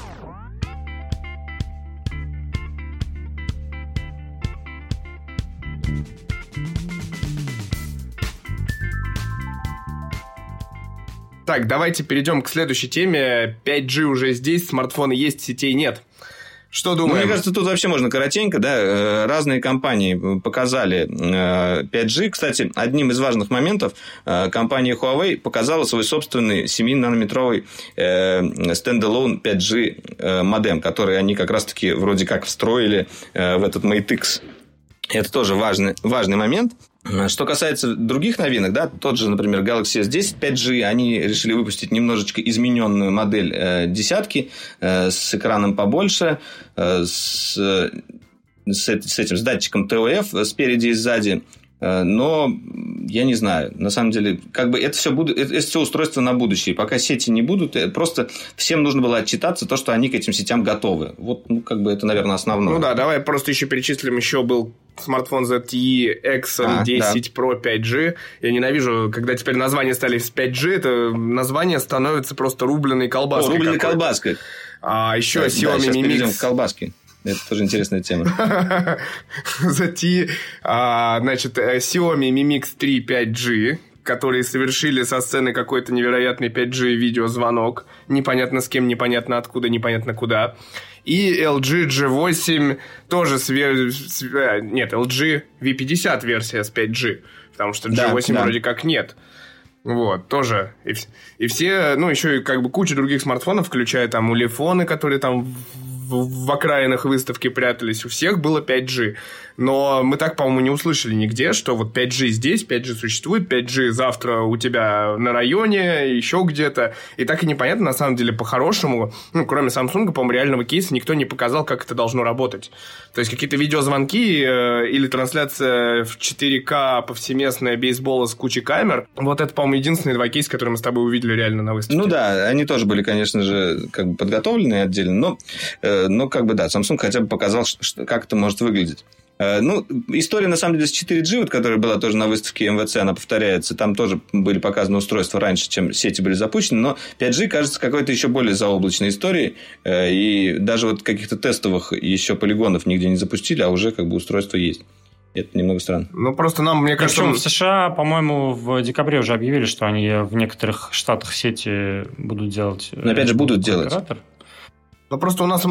Так, давайте перейдем к следующей теме. пять джи уже здесь, смартфоны есть, сетей нет. Что думаем? Ну, мне кажется, тут вообще можно коротенько, да, разные компании показали пять джи. Кстати, одним из важных моментов компания Huawei показала свой собственный семинанометровый стендалон пять джи модем, который они как раз-таки вроде как встроили в этот Mate X. Это тоже важный, важный момент. Что касается других новинок, да, тот же, например, Galaxy эс десять пять джи, они решили выпустить немножечко измененную модель э, десятки э, с экраном побольше, э, с, с, с этим с датчиком тэ о эф спереди и сзади. Но я не знаю, на самом деле, как бы это все, буд... это все устройство на будущее. Пока сети не будут, просто всем нужно было отчитаться то, что они к этим сетям готовы. Вот, ну, как бы это, наверное, основное. Ну да, давай просто еще перечислим. Еще был смартфон зет и икс эм десять а, да. Pro пять джи. Я ненавижу, когда теперь названия стали с пять джи, это название становится просто рубленой колбаской. О, рубленой колбаской. А еще да, Xiaomi да, Mi Mix. К колбаске. Это тоже интересная тема. Затем, значит, Xiaomi Mi Mix три пять джи, которые совершили со сцены какой-то невероятный пять джи видеозвонок. Непонятно с кем, непонятно откуда, непонятно куда. И эл джи джи восемь тоже с... Нет, эл джи ви пятьдесят версия с пять джи. Потому что джи восемь да, да. вроде как нет. Вот, тоже. И, и все, ну, еще и как бы куча других смартфонов, включая там улефоны, которые там в, в окраинах выставки прятались. У всех было пять джи. Но мы так, по-моему, не услышали нигде, что вот пять джи здесь, пять джи существует, пять джи завтра у тебя на районе, еще где-то. И так и непонятно, на самом деле, по-хорошему, ну, кроме Samsung, по-моему, реального кейса никто не показал, как это должно работать. То есть, какие-то видеозвонки э, или трансляция в четыре ка повсеместная бейсбола с кучей камер. Вот это, по-моему, единственные два кейса, которые мы с тобой увидели реально на выставке. Ну да, они тоже были, конечно же, как бы подготовлены отдельно, но, э, но как бы да, Samsung хотя бы показал, что, как это может выглядеть. Ну, история, на самом деле, с четыре джи, вот, которая была тоже на выставке эм вэ цэ, она повторяется. Там тоже были показаны устройства раньше, чем сети были запущены. Но пять джи кажется какой-то еще более заоблачной историей. И даже вот каких-то тестовых еще полигонов нигде не запустили, а уже как бы устройство есть. Это немного странно. Ну, просто нам, мне кажется... Причем в США, по-моему, в декабре уже объявили, что они в некоторых штатах сети будут делать... Но опять же, будут делать. Оператор. Ну, просто у нас...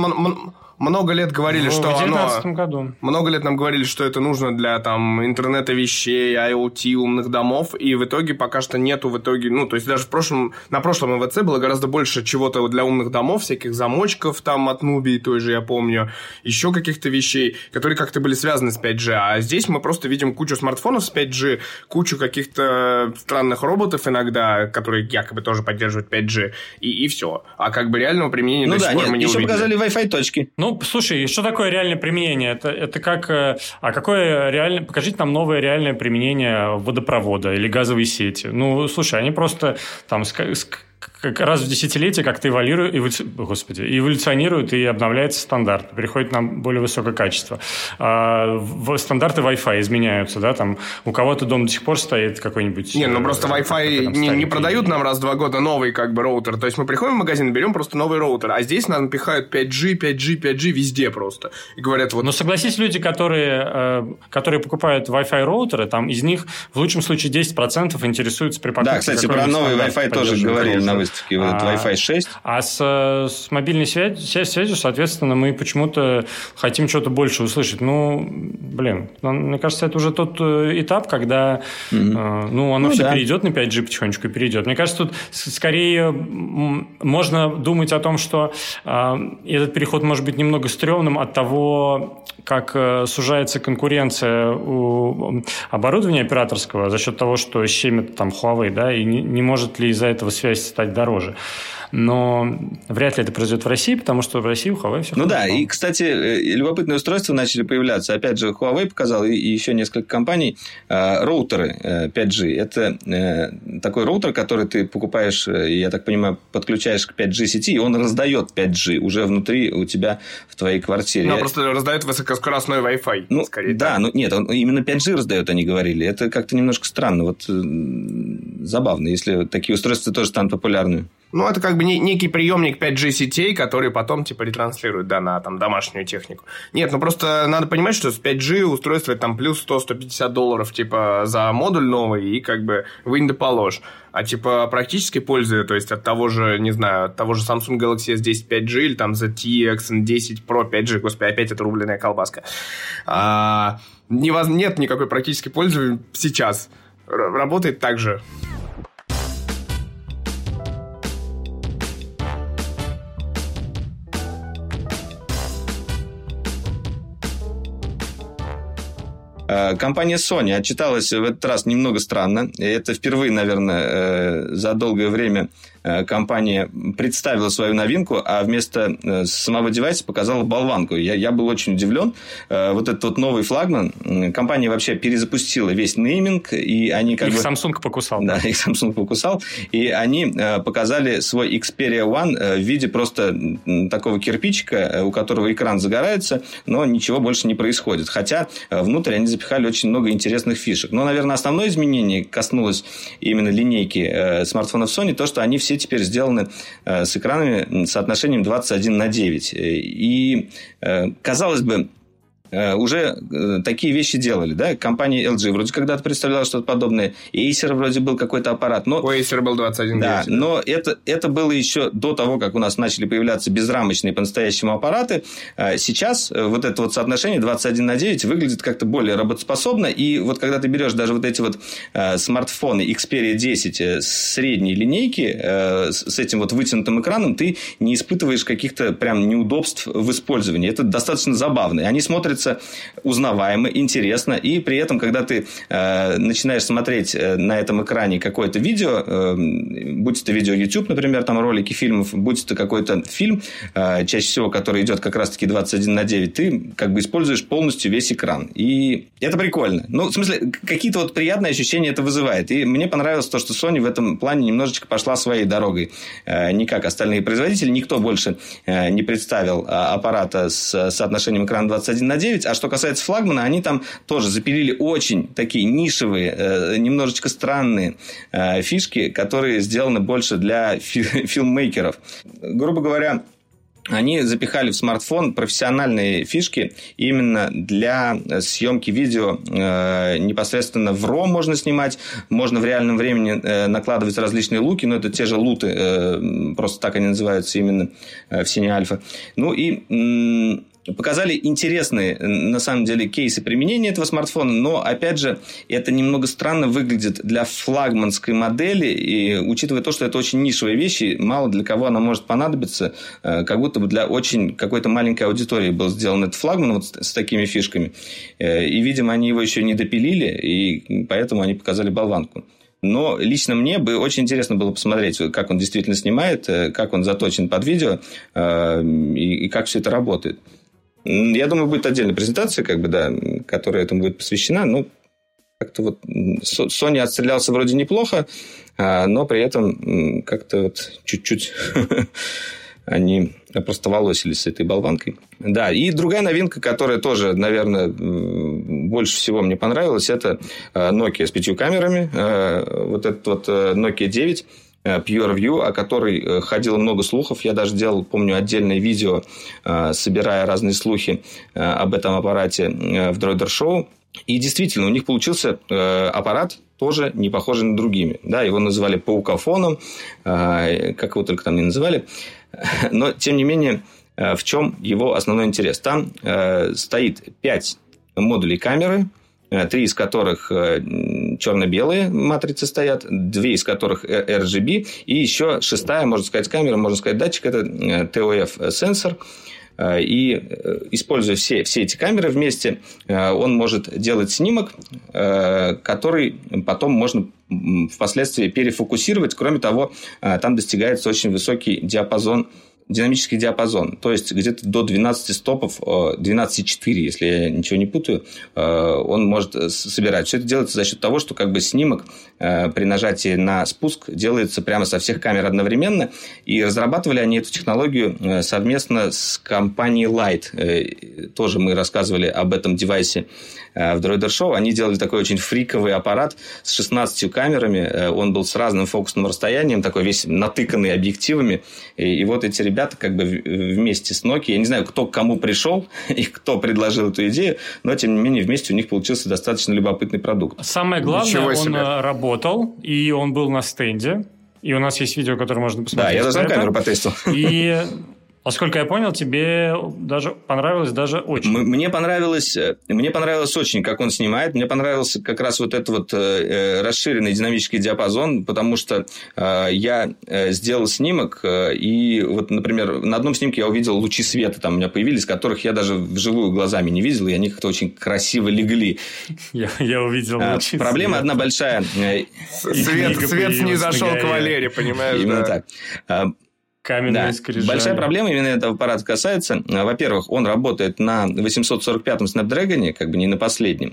Много лет говорили, ну, что в две тысячи девятнадцатом году. Много лет нам говорили, что это нужно для там интернета вещей, IoT, умных домов, и в итоге пока что нету в итоге, ну, то есть даже в прошлом, на прошлом эм вэ цэ было гораздо больше чего-то для умных домов, всяких замочков там от Nubia той же, я помню, еще каких-то вещей, которые как-то были связаны с пять джи, а здесь мы просто видим кучу смартфонов с пять джи, кучу каких-то странных роботов иногда, которые якобы тоже поддерживают пять джи, и, и все. А как бы реального применения ну до да, сих пор нет, мы не еще увидели. Показали Wi-Fi точки. Ну, Ну, слушай, что такое реальное применение? Это, это как... А какое реальное... Покажите нам новое реальное применение водопровода или газовой сети. Ну, слушай, они просто там... раз в десятилетие как-то эволюируют, эволю... Господи, эволюционируют и обновляется стандарт, переходит на более высокое качество. А, стандарты Wi-Fi изменяются, да, там у кого-то дома до сих пор стоит какой-нибудь... Не, ну просто Wi-Fi не, не продают нам раз в два года новый как бы роутер, то есть мы приходим в магазин, берем просто новый роутер, а здесь нам пихают пять джи, пять джи, пять джи везде просто. И говорят вот... Но согласись, люди, которые, которые покупают Wi-Fi роутеры, там из них в лучшем случае десять процентов интересуются при покупке. Да, кстати, про новый Wi-Fi тоже говорили на выставке. раз-таки вот а, Wi-Fi шесть. А с, с мобильной связью, связью, соответственно, мы почему-то хотим что-то больше услышать. Ну, блин, мне кажется, это уже тот этап, когда mm-hmm. э, ну, оно ну, все да. перейдет на пять джи потихонечку и перейдет. Мне кажется, тут скорее можно думать о том, что э, этот переход может быть немного стрёмным от того, как э, сужается конкуренция у оборудования операторского за счет того, что щемит там Huawei, да, и не, не может ли из-за этого связь стать дороже. Но вряд ли это произойдет в России, потому что в России у Huawei все Ну хорошо. Да, и, кстати, любопытные устройства начали появляться. Опять же, Huawei показал, и еще несколько компаний, роутеры пять джи. Это такой роутер, который ты покупаешь, я так понимаю, подключаешь к пять джи сети, и он раздает пять джи уже внутри у тебя в твоей квартире. Ну, просто раздает высокоскоростной Wi-Fi, ну, скорее. Да, ну нет, он именно пять джи раздает, они говорили. Это как-то немножко странно. Вот забавно, если такие устройства тоже станут популярными. Ну, это как бы некий приемник пять джи сетей, который потом, типа, ретранслирует, да, на там, домашнюю технику. Нет, ну, просто надо понимать, что с пять джи устройство там плюс сто - сто пятьдесят долларов, типа, за модуль новый, и как бы вынь да положь. А, типа, практической пользы, то есть, от того же, не знаю, от того же Samsung Galaxy эс десять пять джи или там зет ти икс эн десять Pro пять джи, господи, опять эта рубленая колбаска. А, невоз... Нет никакой практической пользы сейчас. Р- работает так же. Компания Sony отчиталась в этот раз немного странно. Это впервые, наверное, за долгое время компания представила свою новинку, а вместо самого девайса показала болванку. Я, я был очень удивлен. Вот этот вот новый флагман. Компания вообще перезапустила весь нейминг. И они как их бы... Samsung покусал. Да, их Samsung покусал. И они показали свой Xperia One в виде просто такого кирпичика, у которого экран загорается, но ничего больше не происходит. Хотя внутрь они запихали очень много интересных фишек. Но, наверное, основное изменение коснулось именно линейки смартфонов Sony, то, что они все теперь сделаны с экранами с соотношением двадцать один на девять. И, казалось бы, уже такие вещи делали, да? Компания эл джи вроде когда-то представляла что-то подобное. Acer вроде был какой-то аппарат. Но... У Acer был двадцать один на девять. Да, но это, это было еще до того, как у нас начали появляться безрамочные по-настоящему аппараты. Сейчас вот это вот соотношение двадцать один на девять выглядит как-то более работоспособно. И вот когда ты берешь даже вот эти вот смартфоны Xperia десять средней линейки с этим вот вытянутым экраном, ты не испытываешь каких-то прям неудобств в использовании. Это достаточно забавно. И они смотрят узнаваемо, интересно, и при этом, когда ты э, начинаешь смотреть на этом экране какое-то видео, э, будь это видео YouTube, например, там ролики фильмов, будь это какой-то фильм, э, чаще всего, который идет как раз-таки двадцать один на девять, ты как бы используешь полностью весь экран. И это прикольно. Ну, в смысле, какие-то вот приятные ощущения это вызывает. И мне понравилось то, что Sony в этом плане немножечко пошла своей дорогой. Э, не как остальные производители. Никто больше э, не представил э, аппарата с соотношением экрана двадцать один на девять. А что касается флагмана, они там тоже запилили очень такие нишевые, э, немножечко странные э, фишки, которые сделаны больше для фи- филммейкеров. Грубо говоря, они запихали в смартфон профессиональные фишки именно для съемки видео. Э, непосредственно в RAW можно снимать, можно в реальном времени э, накладывать различные луки, но это те же луты, э, просто так они называются именно э, в Cine Alpha. Ну и... М- Показали интересные, на самом деле, кейсы применения этого смартфона, но, опять же, это немного странно выглядит для флагманской модели, и учитывая то, что это очень нишевые вещи, мало для кого она может понадобиться, как будто бы для очень какой-то маленькой аудитории был сделан этот флагман вот с, с такими фишками. И, видимо, они его еще не допилили, и поэтому они показали болванку. Но лично мне бы очень интересно было посмотреть, как он действительно снимает, как он заточен под видео, и, и как все это работает. Я думаю, будет отдельная презентация, как бы, да, которая этому будет посвящена. Ну, как-то вот Sony отстрелялся вроде неплохо, но при этом как-то вот чуть-чуть они опростоволосились с этой болванкой. Да, и другая новинка, которая тоже, наверное, больше всего мне понравилась, это Nokia с пятью камерами. Вот этот вот Nokia девять. PureView, о которой ходило много слухов. Я даже делал, помню, отдельное видео, собирая разные слухи об этом аппарате в Droider Show. И действительно, у них получился э, аппарат, тоже не похожий на другими. Да, его называли паукофоном, э, как его только там не называли. Но, тем не менее, э, в чем его основной интерес? Там э, стоит пять модулей камеры, три из которых черно-белые матрицы стоят, две из которых эр джи би, и еще шестая, можно сказать, камера, можно сказать, датчик, это ти о эф-сенсор. И, используя все, все эти камеры вместе, он может делать снимок, который потом можно впоследствии перефокусировать. Кроме того, там достигается очень высокий диапазон, динамический диапазон, то есть где-то до двенадцати стопов, двенадцать целых четыре, если я ничего не путаю, он может собирать. Все это делается за счет того, что как бы снимок при нажатии на спуск делается прямо со всех камер одновременно. И разрабатывали они эту технологию совместно с компанией Light. Тоже мы рассказывали об этом девайсе в Droider Show. Они делали такой очень фриковый аппарат с шестнадцатью камерами. Он был с разным фокусным расстоянием, такой весь натыканный объективами. И вот эти ребята как бы вместе с Nokia, я не знаю, кто к кому пришел и кто предложил эту идею, но тем не менее вместе у них получился достаточно любопытный продукт. Самое главное, он работал, и он был на стенде. И у нас есть видео, которое можно посмотреть. Да, я даже на камеру потестил. И... Насколько я понял, тебе даже понравилось даже очень. Мне понравилось, мне понравилось очень, как он снимает. Мне понравился как раз вот этот вот э, расширенный динамический диапазон, потому что э, я э, сделал снимок, э, и вот, например, на одном снимке я увидел лучи света, там у меня появились, которых я даже вживую глазами не видел, и они как-то очень красиво легли. Я, я увидел а, лучи Проблема света. Одна большая. Свет, свет снизошел к Валере, понимаешь? Именно да. так. Да. Большая проблема именно этого аппарата касается. Во-первых, он работает на восемьсот сорок пятом Snapdragon, как бы не на последнем.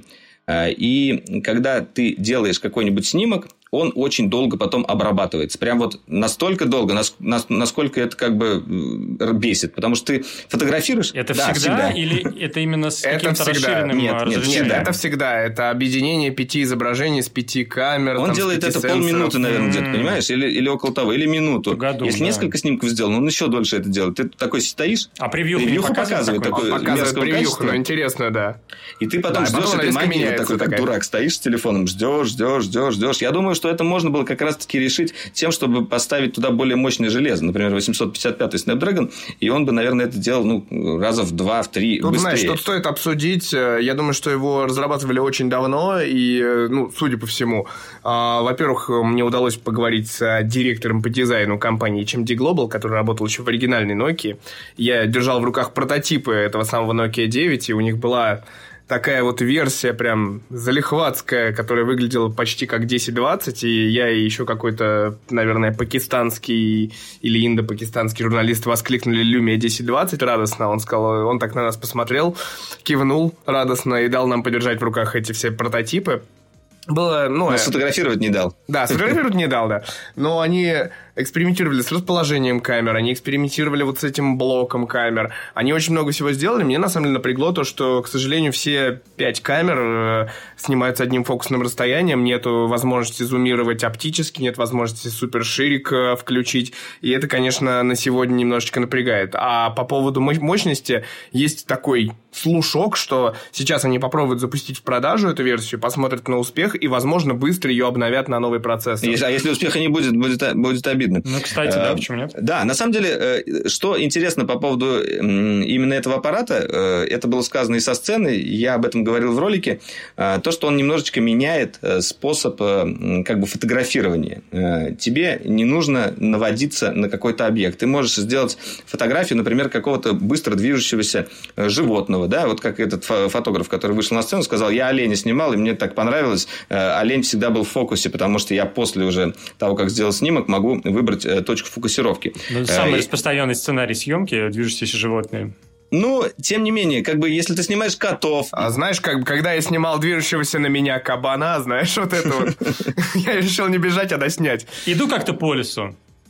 И когда ты делаешь какой-нибудь снимок, он очень долго потом обрабатывается. Прям вот настолько долго, насколько это как бы бесит. Потому что ты фотографируешь... Это да, всегда, всегда или это именно с это каким-то всегда. расширенным нет, разрешением? Нет, это всегда. Это объединение пяти изображений с пяти камер. Он там, делает это сенсоров. полминуты, наверное, Mm-hmm. где-то, понимаешь? Или, или около того, или минуту. Году, Если да. несколько снимков сделал, он еще дольше это делает. Ты такой стоишь... А превьюху, превьюху показывает, показывает такой показывает превьюху, качества. но интересно, да. И ты потом да, ждешь потом этой магии, вот такой, такая. как дурак, стоишь с телефоном, ждешь, ждешь, ждешь, ждешь. Я думаю, что это можно было как раз-таки решить тем, чтобы поставить туда более мощное железо. Например, восемьсот пятьдесят пятый Snapdragon, и он бы, наверное, это делал ну, раза в два, в три тут, быстрее. Знаешь, тут стоит обсудить. Я думаю, что его разрабатывали очень давно, и, ну, судя по всему, во-первых, мне удалось поговорить с директором по дизайну компании эйч эм ди Global, который работал еще в оригинальной Nokia. Я держал в руках прототипы этого самого Nokia девять, и у них была... такая вот версия прям залихватская, которая выглядела почти как десять двадцать, и я и еще какой-то, наверное, пакистанский или индо-пакистанский журналист воскликнули «Lumia десять двадцать» радостно. Он сказал, он так на нас посмотрел, кивнул радостно и дал нам подержать в руках эти все прототипы. Было, ну... Но сфотографировать не дал. Да, сфотографировать не дал, да. Но они экспериментировали с расположением камер, они экспериментировали вот с этим блоком камер. Они очень много всего сделали. Мне, на самом деле, напрягло то, что, к сожалению, все пять камер э, снимаются одним фокусным расстоянием. Нету возможности зумировать оптически, нет возможности суперширик э, включить. И это, конечно, на сегодня немножечко напрягает. А по поводу мощности есть такой слушок, что сейчас они попробуют запустить в продажу эту версию, посмотрят на успех и, возможно, быстро ее обновят на новый процессор. А если успеха не будет, будет, будет обидно. Ну, кстати, да, почему нет? Да, на самом деле, что интересно по поводу именно этого аппарата, это было сказано и со сцены, я об этом говорил в ролике, то, что он немножечко меняет способ как бы фотографирования. Тебе не нужно наводиться на какой-то объект. Ты можешь сделать фотографию, например, какого-то быстро движущегося животного, да, вот как этот фотограф, который вышел на сцену, сказал, я оленя снимал, и мне так понравилось, олень всегда был в фокусе, потому что я после уже того, как сделал снимок, могу выбрать точку фокусировки. Ну, самый э, распространенный сценарий съемки движущиеся животные. Ну, тем не менее, как бы, если ты снимаешь котов... А знаешь, как когда я снимал движущегося на меня кабана, знаешь, вот это вот, я решил не бежать, а доснять. Иду как-то по лесу.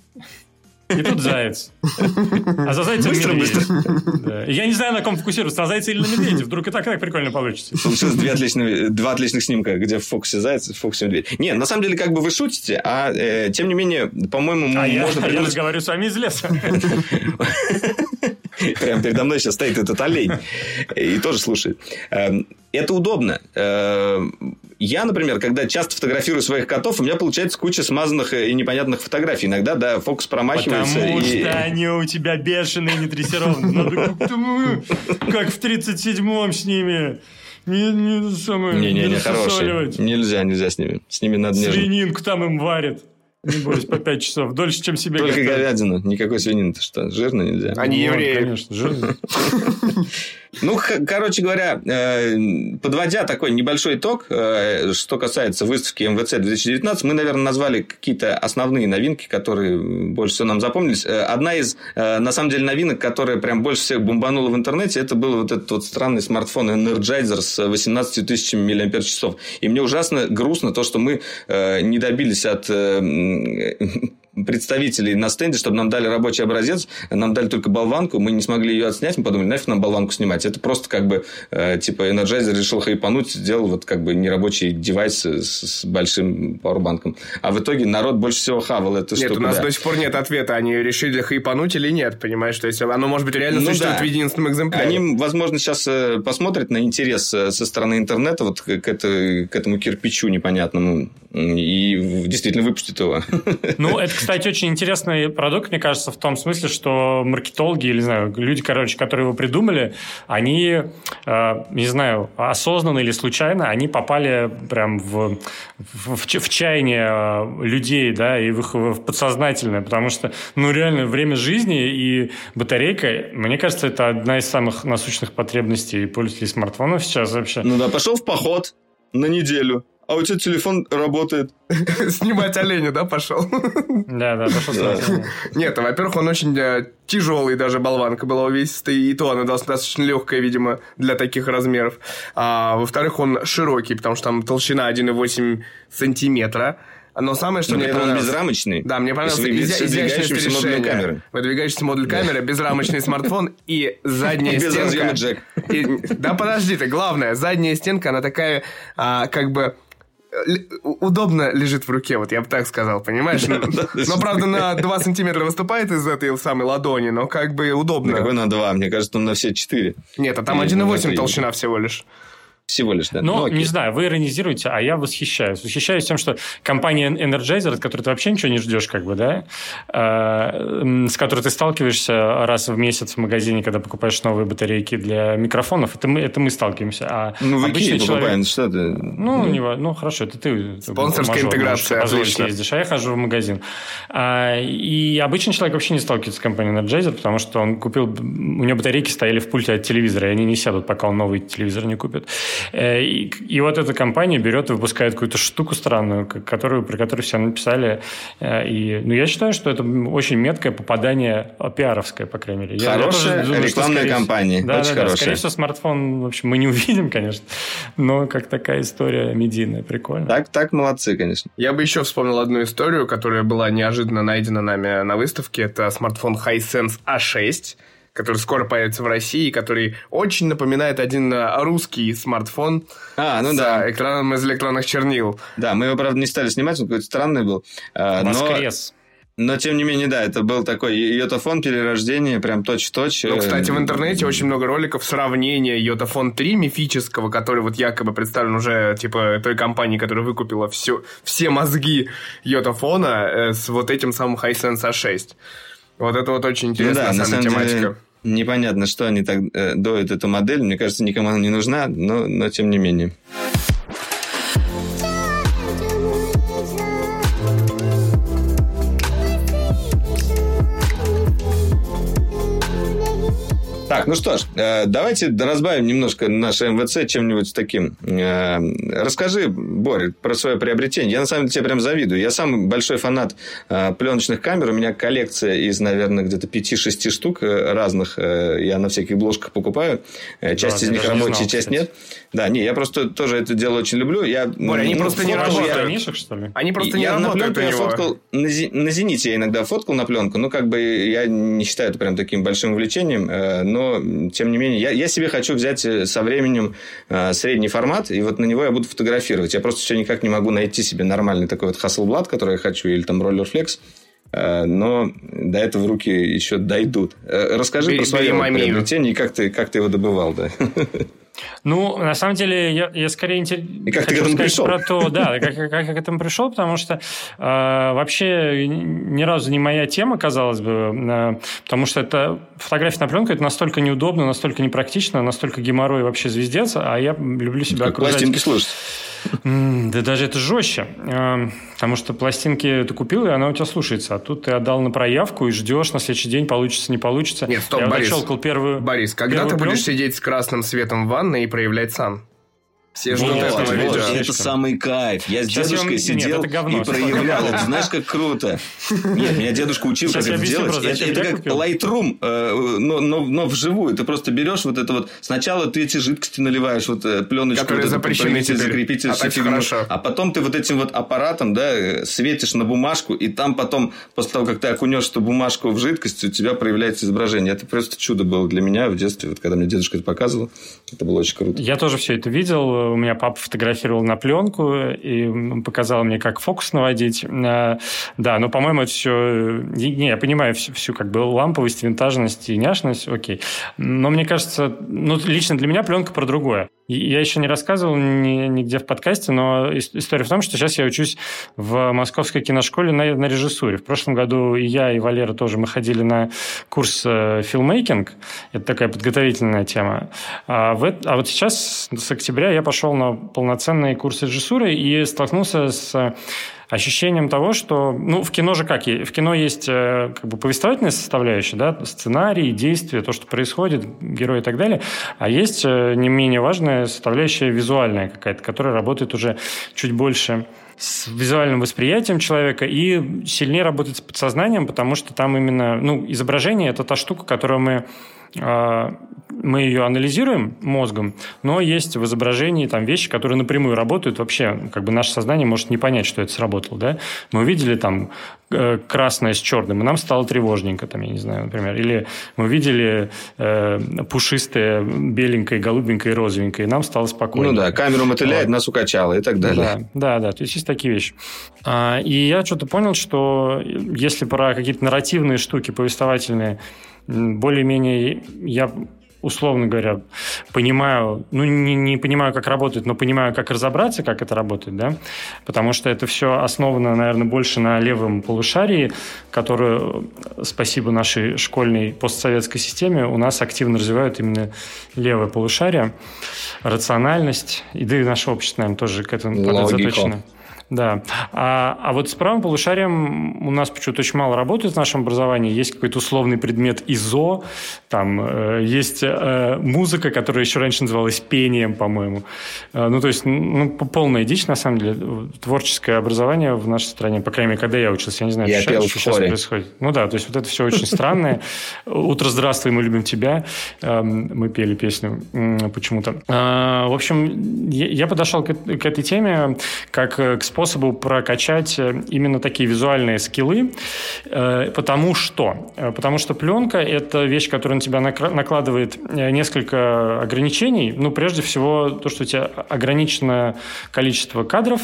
И тут заяц. А за зайцем быстро, медведь. Быстро. Да. Я не знаю, на ком фокусироваться, на зайце или на медведе. Вдруг и так, и так прикольно получится. Получилось две отличных, два отличных снимка, где в фокусе заяц, в фокусе медведь. Не, на самом деле, как бы вы шутите, а э, тем не менее, по-моему, а можно... Я, придумать... я же говорю с вами из леса. Прямо передо мной сейчас стоит этот олень и тоже слушает. это удобно. Я, например, когда часто фотографирую своих котов, у меня получается куча смазанных и непонятных фотографий. Иногда, да, фокус промахивается. Потому и... что они у тебя бешеные, не дрессированные. Надо как в тридцать седьмом с ними. Не, не, самое, не, не, не, не хорошие. Нельзя, нельзя с ними. С ними надо нежно. Свининку там им варят. Не бойся, по пять часов. Дольше, чем себе Только готовят. Говядину. Никакой свинины-то что? Жирно нельзя. Они вот, евреи. Конечно, жирно. Ну, короче говоря, подводя такой небольшой итог, что касается выставки эм вэ цэ две тысячи девятнадцать, мы, наверное, назвали какие-то основные новинки, которые больше всего нам запомнились. Одна из, на самом деле, новинок, которая прям больше всех бомбанула в интернете, это был вот этот вот странный смартфон Energizer с восемнадцатью тысячами миллиампер-часов. И мне ужасно грустно то, что мы не добились от представителей на стенде, чтобы нам дали рабочий образец, нам дали только болванку, мы не смогли ее отснять, мы подумали, нафиг нам болванку снимать. Это просто как бы, э, типа, Energizer решил хайпануть, сделал вот как бы нерабочий девайс с, с большим пауэрбанком. А в итоге народ больше всего хавал эту нет, штуку. Нет, у нас да. до сих пор нет ответа, они решили хайпануть или нет, понимаешь? То есть, оно, может быть, реально ну, существует да. в единственном экземпляре. Они, возможно, сейчас посмотрят на интерес со стороны интернета вот к, это, к этому кирпичу непонятному и действительно выпустят его. Ну, это, кстати, очень интересный продукт, мне кажется, в том смысле, что маркетологи, или, не знаю, люди, короче, которые его придумали, они, э, не знаю, осознанно или случайно, они попали прям в, в, в чаяние людей, да, и в их в подсознательное, потому что, ну, реально, время жизни и батарейка, мне кажется, это одна из самых насущных потребностей пользователей смартфонов сейчас вообще. Ну да, пошел в поход на неделю. А у тебя телефон работает. Снимать оленя, да, пошел? Да, да, пошел снимать оленя. Нет, во-первых, он очень тяжелый, даже болванка была увесистая, и то она достаточно легкая, видимо, для таких размеров. А во-вторых, он широкий, потому что там толщина один и восемь сантиметра. Но самое, что но мне понравилось... он безрамочный. Да, мне понравилось изя- изящное решение. Выдвигающийся модуль камеры, безрамочный смартфон и задняя стенка. Без разъема джек. Да подожди ты, главное, задняя стенка, она такая, а, как бы... удобно лежит в руке, вот я бы так сказал, понимаешь? Да, да, но, правда, на два сантиметра выступает из этой самой ладони, но как бы удобно. На какой на два? Мне кажется, он на все четыре. Нет, а там один и восемь толщина всего лишь. Всего лишь, да. Ну, ну не знаю, вы иронизируете, а я восхищаюсь. Восхищаюсь тем, что компания Energizer, от которой ты вообще ничего не ждешь, как бы, да, э, с которой ты сталкиваешься раз в месяц в магазине, когда покупаешь новые батарейки для микрофонов, это мы, это мы сталкиваемся. А ну, в Икее покупаем, что ты... Ну, не, ну, хорошо, это ты... Спонсорская мажор, интеграция, отлично. Ездишь, а я хожу в магазин. А, и обычный человек вообще не сталкивается с компанией Energizer, потому что он купил... У него батарейки стояли в пульте от телевизора, и они не сядут, пока он новый телевизор не купит. И, и вот эта компания берет и выпускает какую-то штуку странную, которую, про которую все написали. И, ну, я считаю, что это очень меткое попадание, пиаровское, по крайней мере. Хорошая я, я думаю, рекламная скорее, кампания. Да, очень да, хорошая. Да. Скорее всего, смартфон, в общем, мы не увидим, конечно. Но как такая история медийная, прикольно. Так, так, молодцы, конечно. Я бы еще вспомнил одну историю, которая была неожиданно найдена нами на выставке. Это смартфон Hisense а шесть, который скоро появится в России, который очень напоминает один русский смартфон а, ну с да. экраном из электронных чернил. Да, мы его, правда, не стали снимать, он какой-то странный был. Воскрес. Но, но, тем не менее, да, это был такой йотафон перерождение, прям точь-в-точь. Ну, кстати, в интернете очень много роликов сравнения йотафон три мифического, который вот якобы представлен уже, типа, той компанией, которая выкупила все, все мозги йотафона, с вот этим самым Hisense а шесть. Вот это вот очень интересная, ну, да, самая тематика. Деле... Непонятно, что они так э, доят эту модель. Мне кажется, никому она не нужна, но, но тем не менее. Так, ну что ж, давайте разбавим немножко наше эм вэ цэ чем-нибудь таким. Расскажи, Борь, про свое приобретение. Я, на самом деле, тебе прям завидую. Я сам большой фанат пленочных камер. У меня коллекция из, наверное, где-то пяти-шести штук разных. Я на всяких бложках покупаю. Часть да, из них рабочая, часть нет. Да, не, я просто тоже это дело очень люблю. Я, Борь, они ну, просто не работают. Я... Что ли? Они просто и, не я работают на у него. Фоткал, на, зи, на Зените я иногда фоткал на пленку. Ну, как бы я не считаю это прям таким большим увлечением. Но, тем не менее, я, я себе хочу взять со временем э, средний формат, и вот на него я буду фотографировать. Я просто все никак не могу найти себе нормальный такой вот Hasselblad, который я хочу, или там Rolleiflex. Э, но до этого руки еще дойдут. Э, расскажи бери, про свое приобретение и как ты, как ты его добывал, да. Ну, на самом деле, я, я скорее интер... И как ты к этому пришел? Про то, да, как, как, как я к этому пришел, потому что э, вообще ни разу не моя тема, казалось бы, э, потому что это фотография на пленку, это настолько неудобно, настолько непрактично, настолько геморрой вообще звездец, а я люблю себя как окружать... пластинки слушать. Да даже это жестче, потому что пластинки ты купил, и она у тебя слушается, а тут ты отдал на проявку и ждешь, на следующий день получится, не получится. Нет, стоп, я Борис, первую, Борис, когда первую ты будешь пленку? сидеть с красным светом в ванной и проявлять сам? Все ждут Вот, этого вот, видео. это самый кайф. Я с Сейчас дедушкой я... сидел Нет, говно, и проявлял. Это, знаешь, как круто. Нет, меня дедушка учил, Сейчас как это делать. Просто, это это как купил? Lightroom, э, но, но, но вживую. Ты просто берешь вот это вот... Сначала ты эти жидкости наливаешь, вот пленочку, которые вот запрещены теперь. закрепитель, А так хорошо. А потом ты вот этим вот аппаратом, да, светишь на бумажку, и там потом, после того, как ты окунешь эту бумажку в жидкость, у тебя проявляется изображение. Это просто чудо было для меня в детстве. Вот когда мне дедушка это показывал, это было очень круто. Я тоже все это видел. У меня папа фотографировал на пленку и показал мне, как фокус наводить. Да, но, по-моему, это все... Не, я понимаю всю, всю как бы ламповость, винтажность и няшность, окей. Но мне кажется, ну, лично для меня пленка про другое. Я еще не рассказывал ни, нигде в подкасте, но история в том, что сейчас я учусь в Московской киношколе на, на режиссуре. В прошлом году и я, и Валера тоже, мы ходили на курс филммейкинг. Это такая подготовительная тема. А, в, а вот сейчас, с октября, я пошел на полноценный курс режиссуры и столкнулся с ощущением того, что... Ну, в кино же как? В кино есть как бы повествовательная составляющая, да, сценарий, действия, то, что происходит, герои и так далее. А есть не менее важная составляющая визуальная какая-то, которая работает уже чуть больше с визуальным восприятием человека и сильнее работает с подсознанием, потому что там именно... Ну, изображение – это та штука, которую мы... мы ее анализируем мозгом, но есть в изображении там вещи, которые напрямую работают. Вообще, как бы наше сознание может не понять, что это сработало, да? Мы увидели там красное с черным, и нам стало тревожненько, там, я не знаю, например. Или мы увидели э, пушистое, беленькое, голубенькое и розовенькое, и нам стало спокойно. Ну да, камеру мотыляет, вот. Нас укачало и так далее. Да, да, да, то есть есть такие вещи. А, и я что-то понял, что если про какие-то нарративные штуки, повествовательные, более-менее я, условно говоря, понимаю, ну, не, не понимаю, как работает, но понимаю, как разобраться, как это работает, да, потому что это все основано, наверное, больше на левом полушарии, которое, спасибо нашей школьной постсоветской системе, у нас активно развивают именно левое полушарие, рациональность, и да и наше общество, наверное, тоже к этому заточено. Да. А, а вот с правым полушарием у нас почему-то очень мало работает в нашем образовании. Есть какой-то условный предмет ИЗО, там э, есть э, музыка, которая еще раньше называлась пением, по-моему. Э, ну, то есть, ну, полная дичь, на самом деле. Творческое образование в нашей стране, по крайней мере, когда я учился, я не знаю, я что, что сейчас происходит. Ну да, то есть, вот это все очень странное. «Утро, здравствуй, мы любим тебя». Мы пели песню почему-то. В общем, я подошел к этой теме как к способу прокачать именно такие визуальные скиллы, потому что, потому что пленка – это вещь, которая на тебя накладывает несколько ограничений. Ну, прежде всего, то, что у тебя ограниченное количество кадров,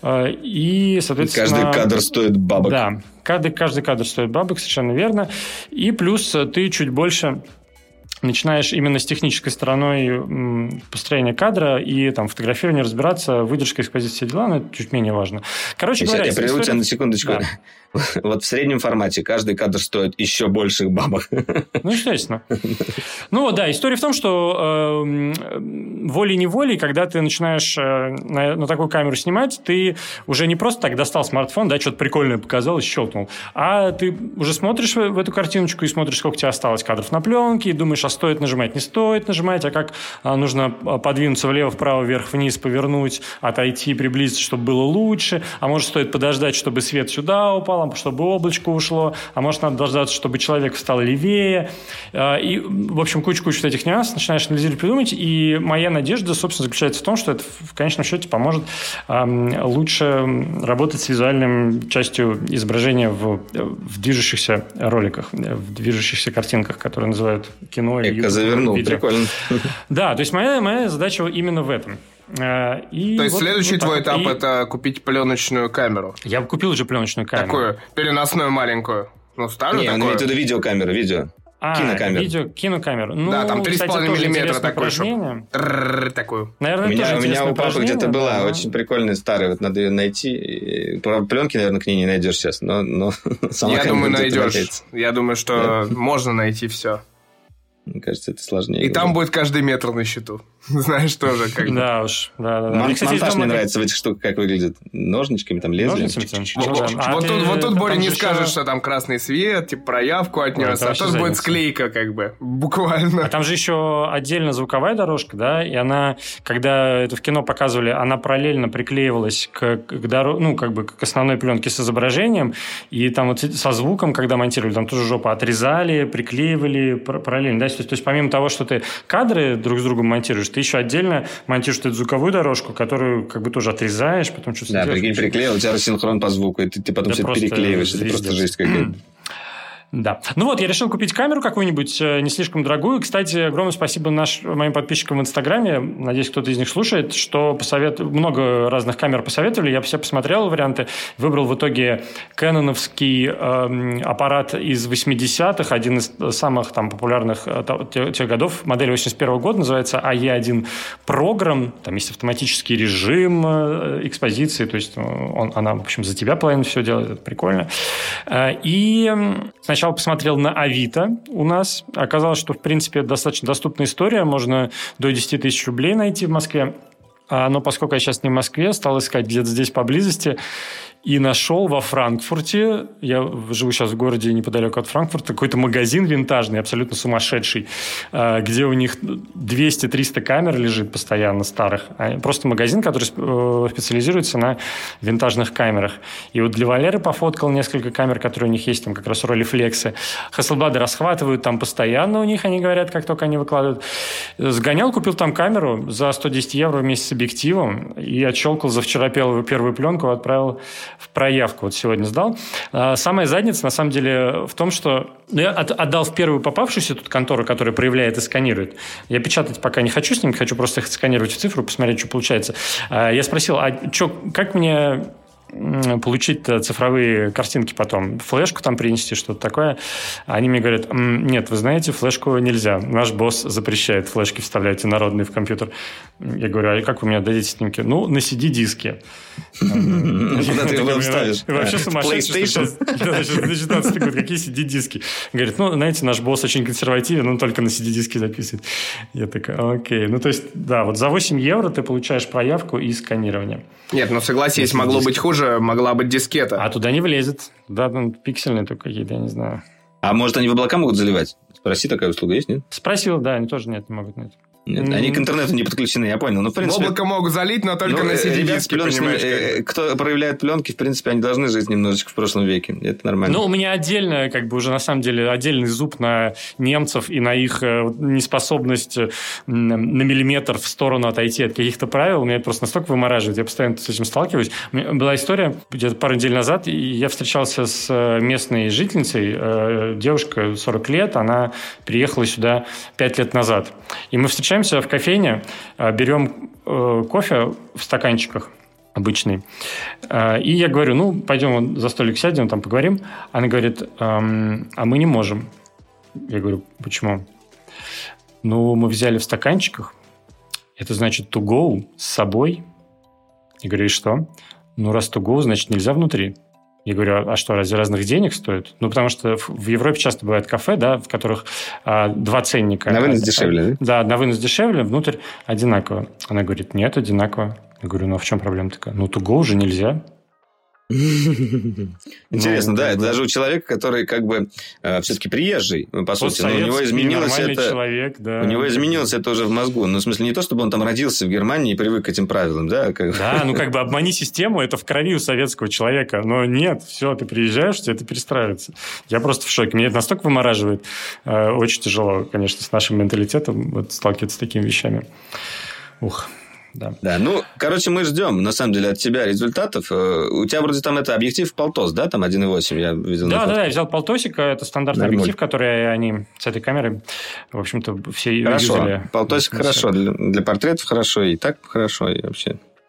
и, соответственно… Каждый кадр стоит бабок. Да, каждый, каждый кадр стоит бабок, совершенно верно. И плюс ты чуть больше… начинаешь именно с технической стороной построения кадра и там фотографирования разбираться, выдержка, экспозиция, все дела, но это чуть менее важно. Короче говоря... Я прерву тебя на секундочку. Да. Вот в среднем формате каждый кадр стоит еще больших бабок. Ну, естественно. Ну, да, история в том, что э, волей-неволей, когда ты начинаешь э, на, на такую камеру снимать, ты уже не просто так достал смартфон, да, что-то прикольное показал и щелкнул, а ты уже смотришь в, в эту картиночку и смотришь, сколько у тебя осталось кадров на пленке, и думаешь, а стоит нажимать, не стоит нажимать, а как а, нужно подвинуться влево, вправо, вверх, вниз, повернуть, отойти, приблизиться, чтобы было лучше, а может, стоит подождать, чтобы свет сюда упал, чтобы облачко ушло, а может, надо дождаться, чтобы человек встал левее. И, в общем, кучу-кучу вот этих нюансов начинаешь анализировать, придумать. И моя надежда, собственно, заключается в том, что это в конечном счете поможет лучше работать с визуальной частью изображения в, в движущихся роликах, в движущихся картинках, которые называют кино и YouTube. Завернул, видео. Прикольно. Да, то есть моя, моя задача именно в этом. И То есть вот, следующий вот твой так. этап и... это купить пленочную камеру. Я купил уже пленочную камеру. Такую переносную маленькую. Ну, старую Не, такую. он имеет в виду видеокамеру, видео. А, кинокамеру. Видео, кинокамеру. Ну, да, там три с половиной миллиметра такой, упражнение. Такую. Наверное, у меня, у меня у папы где-то была да, очень прикольная старая, вот надо ее найти. Правда, пленки, наверное, к ней не найдешь сейчас, но, но сама Я думаю, найдешь. Находится. Я думаю, что да. можно найти все. Мне кажется, это сложнее. И там будет каждый метр на счету. Знаешь, тоже как бы. Да уж. Да, да, да. Мон- мне, кстати, монтаж дома... мне нравится в этих штуках, как выглядит. Ножничками, там, лезвием. Вот тут, вот тут Боря, не скажешь, что там красный свет, типа проявку отнес, а тут будет склейка, как бы, буквально. А там же еще отдельно звуковая дорожка, да, и она, когда это в кино показывали, она параллельно приклеивалась к, к, дорог... ну, как бы к основной пленке с изображением, и там вот со звуком, когда монтировали, там тоже жопу отрезали, приклеивали параллельно, да, то есть, то есть помимо того, что ты кадры друг с другом монтируешь, ты еще отдельно монтируешь эту звуковую дорожку, которую как бы тоже отрезаешь, потом что-то да, делаешь. Да, прикинь, приклеил, у тебя рассинхрон по звуку, и ты, ты потом все это переклеиваешь. Это просто жесть какая-то. Да. Ну вот, я решил купить камеру какую-нибудь, не слишком дорогую. Кстати, огромное спасибо наш, моим подписчикам в Инстаграме. Надеюсь, кто-то из них слушает, что посовет... много разных камер посоветовали. Я все посмотрел варианты. Выбрал в итоге кэноновский э, аппарат из восьмидесятых, один из самых там популярных э, тех, тех годов. Модель восемьдесят первого года, называется а е один Program. Там есть автоматический режим э, экспозиции. То есть он, она, в общем, за тебя половину все делает. Это прикольно. Э, и сначала Сначала посмотрел на Авито у нас. Оказалось, что, в принципе, это достаточно доступная история. Можно до десять тысяч рублей найти в Москве. Но поскольку я сейчас не в Москве, стал искать где-то здесь поблизости. И нашел во Франкфурте, я живу сейчас в городе неподалеку от Франкфурта, какой-то магазин винтажный, абсолютно сумасшедший, где у них двести-триста камер лежит постоянно старых. Просто магазин, который специализируется на винтажных камерах. И вот для Валеры пофоткал несколько камер, которые у них есть, там как раз ролифлексы. Hasselblad расхватывают там постоянно у них, они говорят, как только они выкладывают. Сгонял, купил там камеру за сто десять евро вместе с объективом и отщелкал за вчера первую, первую пленку, отправил в проявку. Вот сегодня сдал. Самая задница, на самом деле, в том, что я отдал в первую попавшуюся тут контору, которая проявляет и сканирует. Я печатать пока не хочу с ними, хочу просто их сканировать в цифру, посмотреть, что получается. Я спросил, а что, как мне получить цифровые картинки потом? Флешку там принести, что-то такое? Они мне говорят, нет, вы знаете, флешку нельзя. Наш босс запрещает флешки вставлять инородные в компьютер. Я говорю, а как вы мне дадите снимки? Ну, на си ди-диске. Куда ты его вставишь? Вообще сумасшедший. PlayStation? Какие си ди-диски? Говорит, ну, знаете, наш босс очень консервативен, он только на си ди-диски записывает. Я такая, окей. Ну, то есть, да, вот за восемь евро ты получаешь проявку и сканирование. Нет, ну, согласись, могло быть хуже, могла быть дискета. А туда не влезет. Да, там пиксельные только какие-то, я не знаю. А может, они в облака могут заливать? Спроси, такая услуга есть, нет? Спросил, да, они тоже нет, не могут нет. Нет, mm-hmm. Они к интернету не подключены, я понял. Но, в принципе, в облако могут залить, но только ну, на си ди-диске, понимаешь? Э, кто проявляет пленки, в принципе, они должны жить немножечко в прошлом веке. Это нормально. Ну, у меня отдельно, как бы уже на самом деле, отдельный зуб на немцев и на их неспособность на миллиметр в сторону отойти от каких-то правил. Меня это просто настолько вымораживает. Я постоянно с этим сталкиваюсь. У меня была история где-то пару недель назад, и я встречался с местной жительницей. Девушка, сорок лет, она приехала сюда пять лет назад. И мы встречаемся в кофейне, берем кофе в стаканчиках обычный. И я говорю, ну, пойдем за столик сядем, там поговорим. Она говорит, а мы не можем. Я говорю, почему? Ну, мы взяли в стаканчиках. Это значит to go с собой. Я говорю, и что? Ну, раз to go, значит, нельзя внутри. Я говорю, а что, разве разных денег стоит? Ну, потому что в Европе часто бывают кафе, да, в которых а, два ценника. На вынос дешевле, да? Да, на вынос дешевле, внутрь одинаково. Она говорит, нет, одинаково. Я говорю, ну, а в чем проблема такая? Ну, to go уже нельзя. Интересно, ну, да, это даже у человека, который как бы э, все-таки приезжий, по сути, но у него изменилось это, человек, да. у него изменилось это уже в мозгу. Ну, в смысле, не то, чтобы он там родился в Германии и привык к этим правилам, да? Как... Да, ну как бы обмани систему, это в крови у советского человека, но нет, все, ты приезжаешь, тебе это перестраивается. Я просто в шоке, меня это настолько вымораживает, э, очень тяжело, конечно, с нашим менталитетом вот, сталкиваться с такими вещами. Ух. Да. да, ну, короче, мы ждем, на самом деле, от тебя результатов. У тебя вроде там это объектив Полтос, да, там один и восемь, я видел. Да, да, да, я взял Полтосик, это стандартный Нормально. объектив, который они с этой камерой, в общем-то, все хорошо. юзали. Полтосик хорошо, для, для портретов хорошо, и так хорошо, и вообще.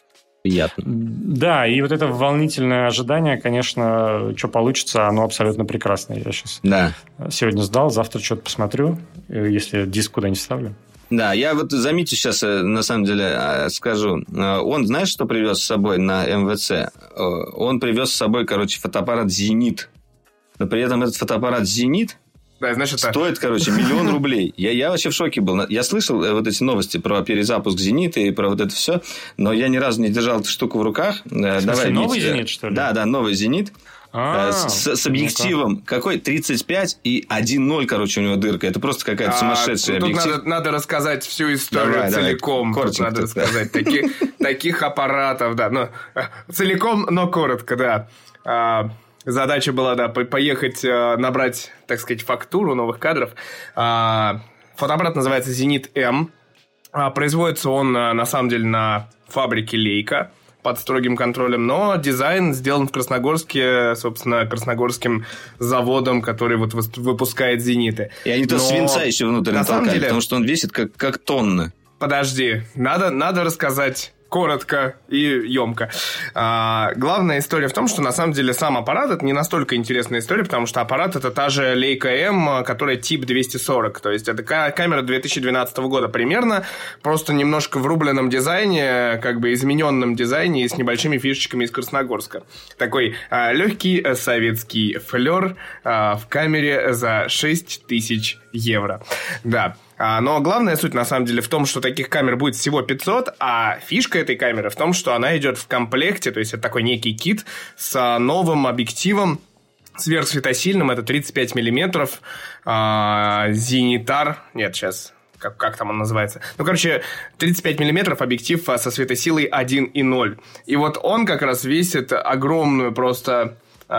Приятно. Да, и вот это волнительное ожидание, конечно, что получится, оно абсолютно прекрасное. Я сейчас да. сегодня сдал, завтра что-то посмотрю, если диск куда-нибудь ставлю. Да, я вот за Митю сейчас, на самом деле, скажу. Он, знаешь, что привез с собой на эм вэ цэ? Он привез с собой, короче, фотоаппарат «Зенит». Но при этом этот фотоаппарат «Зенит» да, значит, стоит, короче, миллион рублей. Я, я вообще в шоке был. Я слышал вот эти новости про перезапуск «Зенита» и про вот это все, но я ни разу не держал эту штуку в руках. В смысле, Давай, новый Митя. «Зенит», что ли? Да, да, новый «Зенит». А, с, с объективом ну-ка. Какой? тридцать пять и один ноль, короче, у него дырка. Это просто какая-то сумасшедшая а, тут объектив. Надо, надо рассказать всю историю давай, целиком. Давай, тут надо рассказать. Таких, таких аппаратов, да. Ну, целиком, но коротко, да. А, задача была, да, поехать набрать, так сказать, фактуру новых кадров. А, фотоаппарат называется «Зенит М». А, производится он, на самом деле, на фабрике «Лейка» под строгим контролем, но дизайн сделан в Красногорске, собственно, красногорским заводом, который вот выпускает «Зениты». И они то свинца еще внутрь натолкали, деле... потому что он весит как, как тонна. Подожди, надо, надо рассказать коротко и емко. А, главная история в том, что на самом деле сам аппарат это не настолько интересная история, потому что аппарат это та же Leica M, которая тип двести сорок, то есть это камера две тысячи двенадцатого года примерно, просто немножко в рубленном дизайне, как бы измененном дизайне и с небольшими фишечками из Красногорска. Такой а, легкий а, советский флер а, в камере за шесть тысяч евро. Да. Но главная суть, на самом деле, в том, что таких камер будет всего пятьсот, а фишка этой камеры в том, что она идет в комплекте, то есть это такой некий кит с новым объективом сверхсветосильным, это тридцать пять миллиметров, Зенитар, нет, сейчас... Как, как там он называется? Ну, короче, тридцать пять миллиметров объектив со светосилой один и ноль. И вот он как раз весит огромную просто...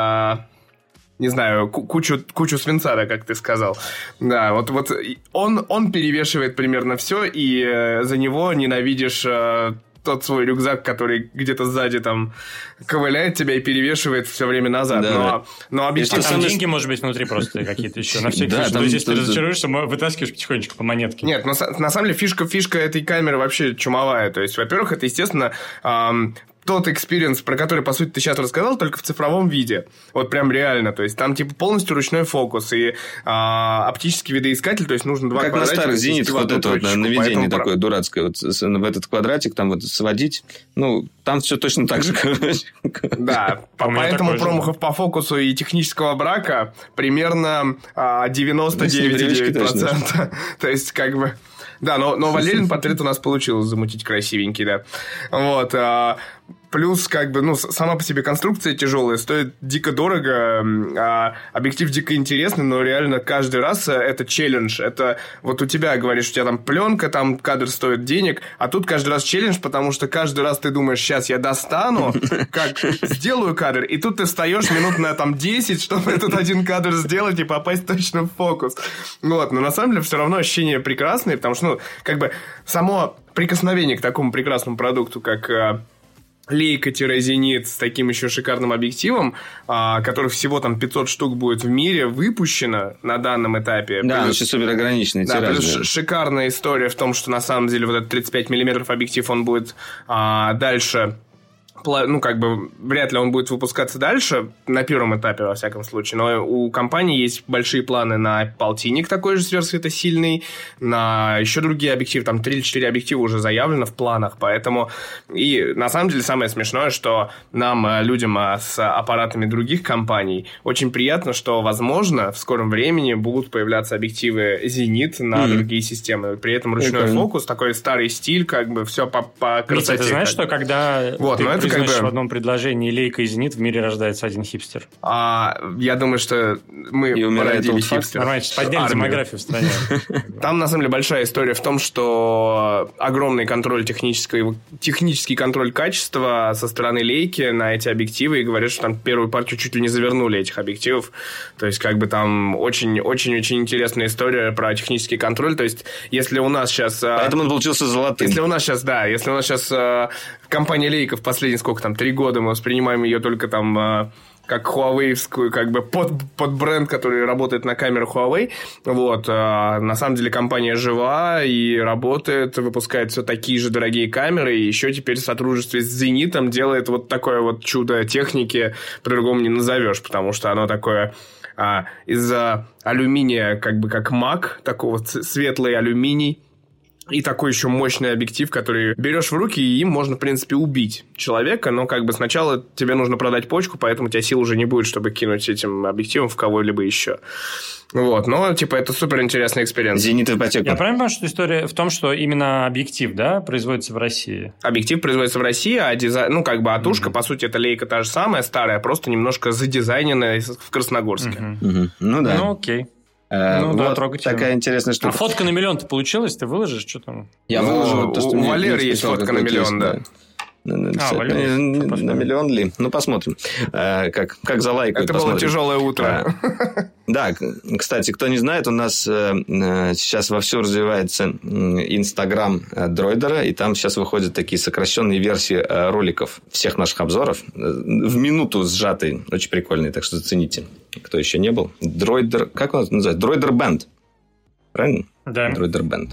не знаю, кучу, кучу свинца, да, как ты сказал. Да, вот, вот он, он перевешивает примерно все, и э, за него ненавидишь э, тот свой рюкзак, который где-то сзади там ковыляет тебя и перевешивает все время назад. Да. Но, но объектив... А там деньги, может быть, внутри просто какие-то еще. На всякий случай, да, здесь ты разочаруешься, вытаскиваешь потихонечку по монетке. Нет, на, на самом деле фишка, фишка этой камеры вообще чумовая. То есть, во-первых, это, естественно... Эм, тот экспириенс, про который, по сути, ты сейчас рассказал, только в цифровом виде. Вот прям реально. То есть, там, типа, полностью ручной фокус и а, оптический видоискатель, то есть, нужно два как квадратика. Как на старых «Зенитах», вот это вот наведение такое про... дурацкое, вот в этот квадратик там вот сводить. Ну, там все точно так же, короче. Да, поэтому промахов по фокусу и технического брака примерно девяносто девять целых девять десятых процента. То есть, как бы... Да, но, но Валерин портрет у нас получилось замутить красивенький, да. Вот. А, плюс, как бы, ну, сама по себе конструкция тяжелая, стоит дико дорого, а объектив дико интересный, но реально каждый раз это челлендж. Это вот у тебя, говоришь, у тебя там пленка, там кадр стоит денег, а тут каждый раз челлендж, потому что каждый раз ты думаешь, сейчас я достану, как сделаю кадр, и тут ты встаешь минут на там десять, чтобы этот один кадр сделать и попасть точно в фокус. Вот, но на самом деле все равно ощущения прекрасные, потому что, ну, как бы само прикосновение к такому прекрасному продукту, как Leica-Зенит с таким еще шикарным объективом, а, которых всего там пятьсот штук будет в мире выпущено на данном этапе. Да, плюс, очень супер ограниченный да, тираж. Плюс шикарная история в том, что на самом деле вот этот тридцать пять миллиметров объектив, он будет а, дальше... Ну, как бы, вряд ли он будет выпускаться дальше, на первом этапе, во всяком случае. Но у компании есть большие планы на полтинник такой же сверхсветосильный, на еще другие объективы, там три или четыре объектива уже заявлено в планах, поэтому... И, на самом деле, самое смешное, что нам, людям с аппаратами других компаний, очень приятно, что, возможно, в скором времени будут появляться объективы «Зенит» на mm-hmm. другие системы. При этом ручной Прикольно. Фокус, такой старый стиль, как бы, все по, по красоте. Митя, ты знаешь, что когда... Вот, но это как бы... в одном предложении Leica и «Зенит», в мире рождается один хипстер. А, я думаю, что мы породили хипстера. Нормально, сейчас подняли демографию в стране. Там, на самом деле, большая история в том, что огромный контроль технический, технический контроль качества со стороны Leica на эти объективы, и говорят, что там первую партию чуть ли не завернули этих объективов. То есть, как бы там очень-очень-очень интересная история про технический контроль. То есть, если у нас сейчас... Поэтому он получился золотым. Если у нас сейчас, да, если у нас сейчас компания Leica в последние сколько там, три года мы воспринимаем ее только там как Huawei-вскую, как бы под, под бренд, который работает на камеры Huawei. Вот. А на самом деле компания жива и работает, выпускает все такие же дорогие камеры, и еще теперь в сотрудничестве с Зенитом делает вот такое вот чудо техники, по-другому не назовешь, потому что оно такое а, из-за алюминия, как бы как мак, такого светлый алюминий, и такой еще мощный объектив, который берешь в руки, и им можно, в принципе, убить человека, но как бы сначала тебе нужно продать почку, поэтому у тебя сил уже не будет, чтобы кинуть этим объективом в кого-либо еще. Вот, но, типа, это супер интересный эксперимент. Зенит ипотека. Я правильно понимаю, что история в том, что именно объектив, да, производится в России? Объектив производится в России, а дизайн, ну, как бы отушка, mm-hmm. по сути, это лейка та же самая, старая, просто немножко задизайненная в Красногорске. Mm-hmm. Mm-hmm. Ну, да. Ну, окей. Э, ну, вот да, трогательно. Такая интересная штука. А фотка на миллион-то получилась? Ты выложишь, что там? Я ну, выложу. То, что у Валеры есть фотка на миллион, да. А, Валерий, на, на миллион ли? Ну, посмотрим. А, как, как залайкают, это посмотрим. было тяжелое утро. А, да, кстати, кто не знает, у нас а, сейчас вовсю развивается Инстаграм Дроидера, и там сейчас выходят такие сокращенные версии роликов всех наших обзоров. В минуту сжатые. Очень прикольные, так что зацените. Кто еще не был. Дроидер... Как он называется? Дроидер Бенд. Правильно? Да. Дроидер Бенд.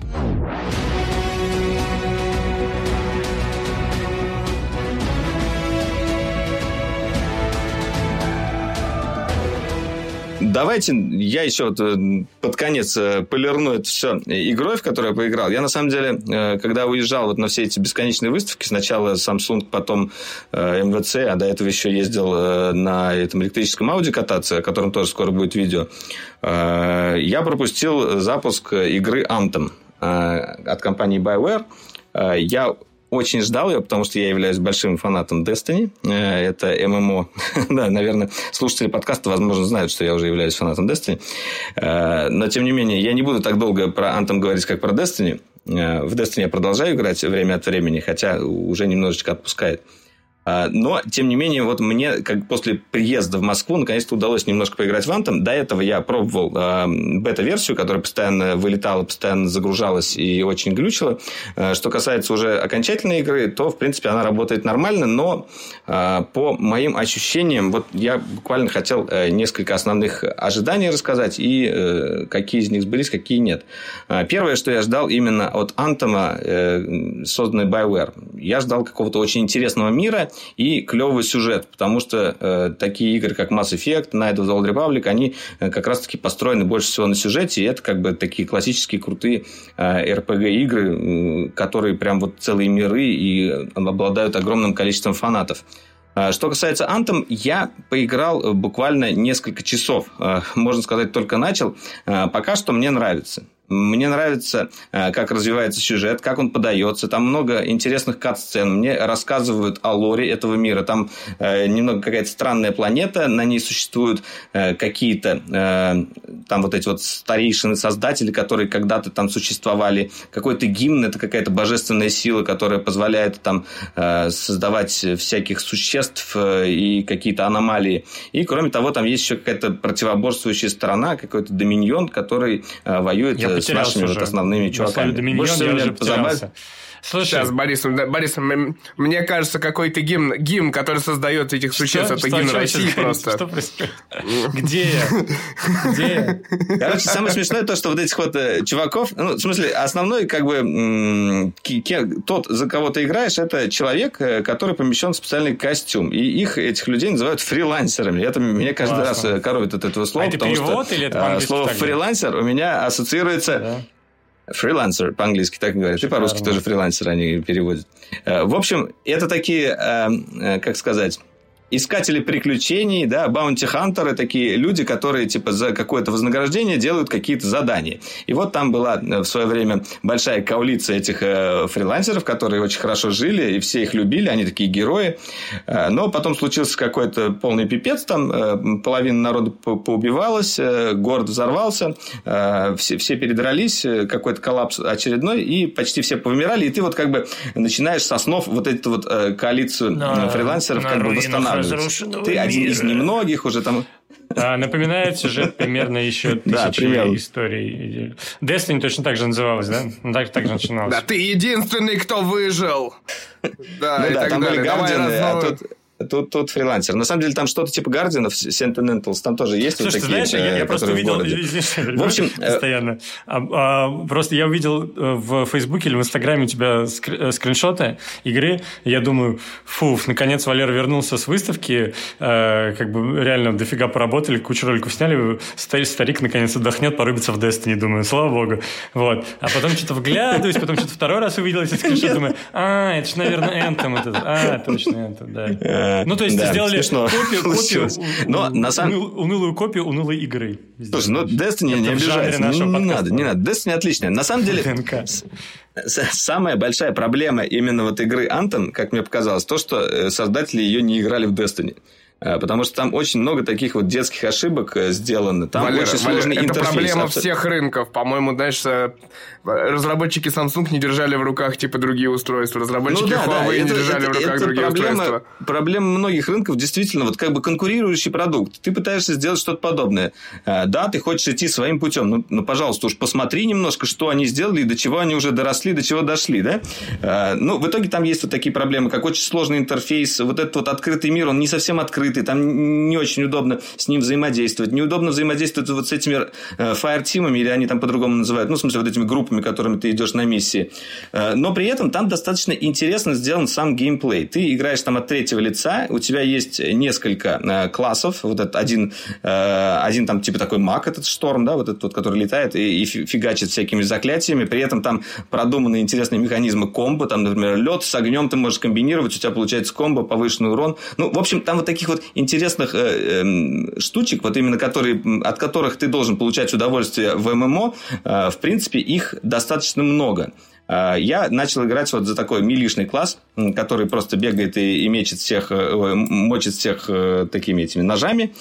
Давайте я еще вот под конец полирну это все игрой, в которую я поиграл. Я, на самом деле, когда уезжал вот на все эти бесконечные выставки, сначала Samsung, потом эм вэ цэ, а до этого еще ездил на этом электрическом Audi кататься, о котором тоже скоро будет видео, я пропустил запуск игры Anthem от компании BioWare. Я очень ждал ее, потому что я являюсь большим фанатом Destiny. Это эм эм о. Да, наверное, слушатели подкаста, возможно, знают, что я уже являюсь фанатом Destiny. Но, тем не менее, я не буду так долго про Anthem говорить, как про Destiny. В Destiny я продолжаю играть время от времени, хотя уже немножечко отпускает. Но, тем не менее, вот мне, как после приезда в Москву, наконец-то удалось немножко поиграть в Anthem. До этого я пробовал э, бета-версию, которая постоянно вылетала, постоянно загружалась и очень глючила. Э, что касается уже окончательной игры, то, в принципе, она работает нормально, но э, по моим ощущениям, вот я буквально хотел э, несколько основных ожиданий рассказать и э, какие из них сбылись, какие нет. Э, первое, что я ждал именно от Anthem, э, созданной BioWare, я ждал какого-то очень интересного мира и клевый сюжет, потому что э, такие игры, как Mass Effect, Knights of the Old Republic, они э, как раз-таки построены больше всего на сюжете, и это как бы такие классические крутые э, эр пи джи-игры, э, которые прям вот целые миры и обладают огромным количеством фанатов. Что касается Anthem, я поиграл буквально несколько часов, можно сказать, только начал. Пока что мне нравится. Мне нравится, как развивается сюжет, как он подается. Там много интересных кат-сцен. Мне рассказывают о лоре этого мира. Там немного какая-то странная планета. На ней существуют какие-то там вот эти вот старейшины-создатели, которые когда-то там существовали. Какой-то гимн – это какая-то божественная сила, которая позволяет там создавать всяких существ и какие-то аномалии. И, кроме того, там есть еще какая-то противоборствующая сторона, какой-то доминьон, который воюет с нашими вот основными чуваками. Больше всего меня позабавило. Слушай, сейчас, Борис, Борис, мне кажется, какой-то гимн, гимн, который создает этих существ, что, это что, гимн что, России что, просто. Что происходит? Где я? Где я? Короче, самое смешное то, что вот этих вот чуваков, ну, в смысле, основной, как бы, тот, за кого ты играешь, это человек, который помещен в специальный костюм. И их, этих людей, называют фрилансерами. Это меня каждый Классно. раз коробит от этого слова, а потому перевод, что или это слово фрилансер у меня ассоциируется... Да. Фрилансер по-английски так говорят. Шикарно. И по-русски тоже фрилансер они переводят. В общем, это такие, как сказать... искатели приключений, да, баунти-хантеры, такие люди, которые типа за какое-то вознаграждение делают какие-то задания. И вот там была в свое время большая коалиция этих э, фрилансеров, которые очень хорошо жили, и все их любили, они такие герои. Э, но потом случился какой-то полный пипец, там э, половина народа по- поубивалась, э, город взорвался, э, все, все передрались, э, какой-то коллапс очередной, и почти все повымирали, и ты вот как бы начинаешь с основ вот эту вот э, коалицию на, фрилансеров как бы восстанавливать. Ты один из немногих уже там... Да, напоминает сюжет примерно еще тысячи историй. Destiny точно так же называлась, да? Так, так же начиналось. Да, ты единственный, кто выжил. Да, ну да, там были гардианы, а тут... тут, тут фрилансер. На самом деле, там что-то типа Гардианов, Sentinels, там тоже есть. Слушай, вот такие, знаешь, я, я просто увидел... В общем... Постоянно. А, а, просто я увидел в Фейсбуке или в Инстаграме у тебя скр- скриншоты игры, и я думаю, фу, наконец Валера вернулся с выставки, э, как бы реально дофига поработали, кучу роликов сняли, старик, старик наконец отдохнет, порубится в Destiny, думаю, слава богу. Вот. А потом что-то вглядываюсь, потом что-то второй раз увидел эти скриншоты, думаю, а, это же, наверное, Anthem. Вот это. А, точно Anthem, да. Ну, то есть, да, сделали смешно. копию, копию Но, у, на самом... уныл, унылую копию унылой игры. Слушай, ну, Destiny не обижайся. Не, не надо, не надо. Destiny отличная. На самом деле, самая большая проблема именно вот игры Anthem, как мне показалось, то, что создатели ее не играли в Destiny. Потому что там очень много таких вот детских ошибок сделано. Там Валера, очень сложный Валера, интерфейс. Это проблема абсолютно. всех рынков. По-моему, знаешь, разработчики Samsung не держали в руках типа другие устройства. Разработчики ну, да, Huawei да, не это, держали это, в руках это другие проблема, устройства. Проблема многих рынков действительно вот как бы конкурирующий продукт. Ты пытаешься сделать что-то подобное. Да, ты хочешь идти своим путем. Ну, ну, пожалуйста, уж посмотри немножко, что они сделали и до чего они уже доросли, до чего дошли, да? Ну, в итоге там есть вот такие проблемы, как очень сложный интерфейс. Вот этот вот открытый мир, он не совсем открытый. Там не очень удобно с ним взаимодействовать. Неудобно взаимодействовать вот с этими фаер-тимами, или они там по-другому называют, ну, в смысле, вот этими группами, которыми ты идешь на миссии. Но при этом там достаточно интересно сделан сам геймплей. Ты играешь там от третьего лица, у тебя есть несколько классов, вот этот один, один там типа такой маг, этот шторм, да, вот этот вот, который летает и, и фигачит всякими заклятиями, при этом там продуманы интересные механизмы комбо, там, например, лед с огнем ты можешь комбинировать, у тебя получается комбо, повышенный урон. Ну, в общем, там вот таких вот интересных интересных э, э, штучек, вот именно которые, от которых ты должен получать удовольствие в эм эм о, э, в принципе, их достаточно много. Э, я начал играть вот за такой милишный класс, который просто бегает и, и мечет всех, э, мочит всех э, такими этими ножами.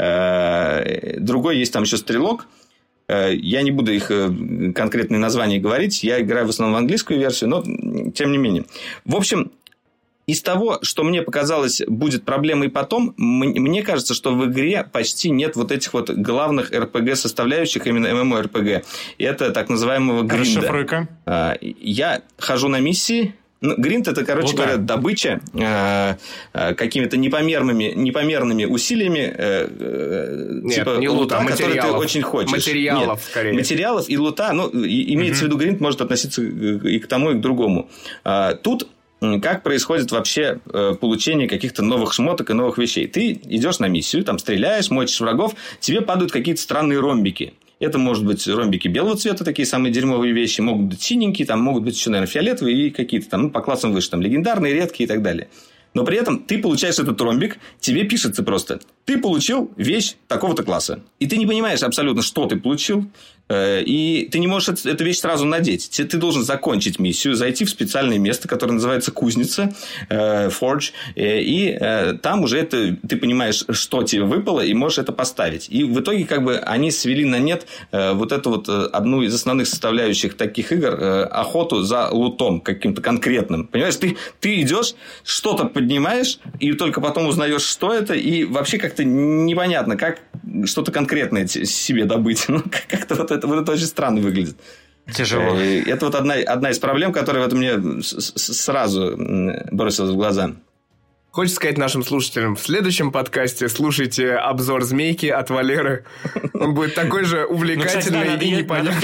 Э, другой есть там еще стрелок. Э, я не буду их конкретные названия говорить. Я играю в основном в английскую версию, но тем не менее. В общем, из того, что мне показалось будет проблемой потом, мне кажется, что в игре почти нет вот этих вот главных эр пи джи-составляющих, именно эм эм о эр пи джи. Это так называемого гринда. Расшифруй-ка. Я хожу на миссии. Ну, гринд – это, короче Лута. говоря, добыча э, э, какими-то непомерными, непомерными усилиями, э, Нет, типа не лута, лута, который ты очень хочешь. Материалов, Нет, скорее. Материалов и лута. Ну, и, имеется угу. в виду, гринд может относиться и к тому, и к другому. А, тут как происходит вообще получение каких-то новых шмоток и новых вещей. Ты идешь на миссию, там стреляешь, мочишь врагов, тебе падают какие-то странные ромбики. Это может быть ромбики белого цвета, такие самые дерьмовые вещи, могут быть синенькие, там могут быть еще, наверное, фиолетовые и какие-то там, ну, по классам выше, там, легендарные, редкие и так далее. Но при этом ты получаешь этот ромбик, тебе пишется просто: ты получил вещь такого-то класса. И ты не понимаешь абсолютно, что ты получил. И ты не можешь эту вещь сразу надеть. Ты должен закончить миссию, зайти в специальное место, которое называется кузница, Forge, и там уже это, ты понимаешь, что тебе выпало, и можешь это поставить. И в итоге как бы они свели на нет вот эту вот одну из основных составляющих таких игр, охоту за лутом каким-то конкретным. Понимаешь, ты, ты идешь, что-то поднимаешь, и только потом узнаешь, что это, и вообще как-то непонятно, как что-то конкретное себе добыть. Ну, как-то вот это, вот это очень странно выглядит. Тяжело. Это вот одна, одна из проблем, которая вот мне сразу бросилась в глаза. Хочется сказать нашим слушателям, в следующем подкасте слушайте обзор «Змейки» от Валеры. Он будет такой же увлекательный ну, кстати, да, и непонятный.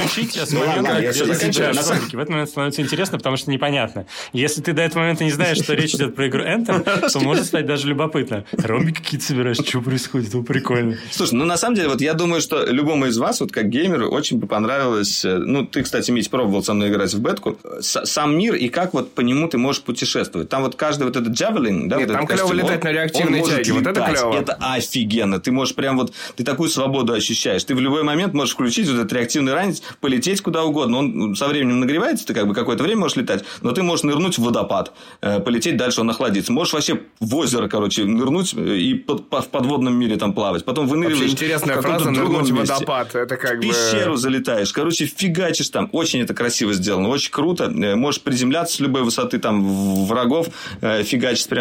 В этот момент становится интересно, потому что непонятно. Если ты до этого момента не знаешь, что речь идет про игру Anthem, то может стать даже любопытно. Ромбики какие-то собираешь, что происходит? Ну, прикольно. Слушай, ну, на самом деле, вот я думаю, что любому из вас, вот как геймеру, очень бы понравилось... Ну, ты, кстати, Мить, пробовал со мной играть в бетку. Сам мир и как вот по нему ты можешь путешествовать. Там вот каждый вот этот джавелин, да, Нет, там клево летать на реактивной тяге. Вот это клево. Это офигенно. Ты можешь прям вот... Ты такую свободу ощущаешь. Ты в любой момент можешь включить вот этот реактивный ранец, полететь куда угодно. Он со временем нагревается, ты как бы какое-то время можешь летать, но ты можешь нырнуть в водопад, полететь дальше, он охладится. Можешь вообще в озеро, короче, нырнуть и под, в подводном мире там плавать. Потом выныриваешь... Вообще интересная фраза «нырнуть в водопад». Это как в бы... пещеру залетаешь. Короче, фигачишь там. Очень это красиво сделано. Очень круто. Можешь приземляться с любой высоты там врагов, фигачить прям с воздуха.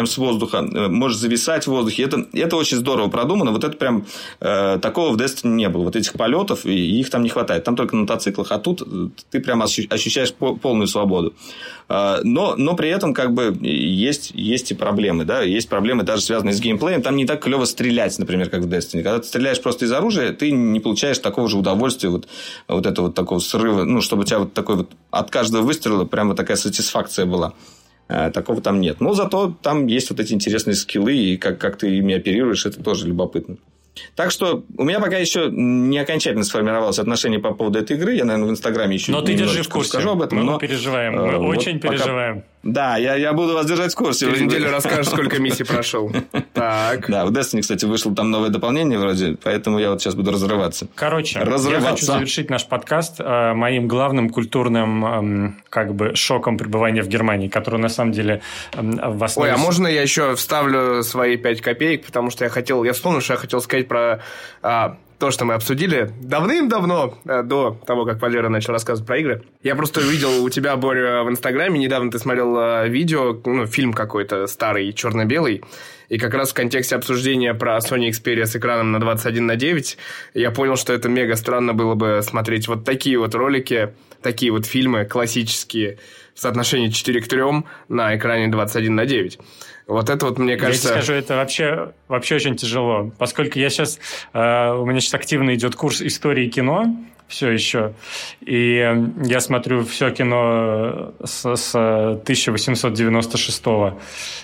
воздуха, можешь зависать в воздухе. Это, это очень здорово продумано. Вот это прям э, такого в Destiny не было. Вот этих полетов, и их там не хватает. Там только на мотоциклах. А тут ты прям ощущаешь полную свободу. Но, но при этом как бы есть, есть и проблемы. Да? Есть проблемы даже связанные с геймплеем. Там не так клево стрелять, например, как в Destiny. Когда ты стреляешь просто из оружия, ты не получаешь такого же удовольствия, вот, вот этого вот такого срыва. Ну, чтобы у тебя вот такой вот от каждого выстрела прям вот такая сатисфакция была. Такого там нет. Но зато там есть вот эти интересные скиллы, и как, как ты ими оперируешь, это тоже любопытно. Так что у меня пока еще не окончательно сформировалось отношение по поводу этой игры. Я, наверное, в Инстаграме еще но ты держи в курсе. Скажу об этом. Мы но... переживаем. Мы вот очень пока... переживаем. Да, я, я буду вас держать в курсе. Через неделю расскажешь, сколько миссий прошел. Так. Да, в Destiny, кстати, вышло там новое дополнение вроде, поэтому я вот сейчас буду разрываться. Короче, я хочу завершить наш подкаст э, моим главным культурным э, как бы шоком пребывания в Германии, который на самом деле э, в основе... Ой, а можно я еще вставлю свои пять копеек, потому что я хотел, я вспомнил, что я хотел сказать про... А, то, что мы обсудили давным-давно, до того, как Валера начал рассказывать про игры. Я просто увидел у тебя, Боря, в Инстаграме, недавно ты смотрел видео, ну, фильм какой-то старый, черно-белый, и как раз в контексте обсуждения про Sony Xperia с экраном на двадцать один на девять я понял, что это мега странно было бы смотреть вот такие вот ролики, такие вот фильмы классические в соотношении четыре к трем на экране двадцать один на девять. Вот это вот, мне кажется... Я тебе скажу, это вообще, вообще очень тяжело. Поскольку я сейчас... Э, у меня сейчас активно идет курс истории кино, все еще. И я смотрю все кино с, с тысяча восемьсот девяносто шестого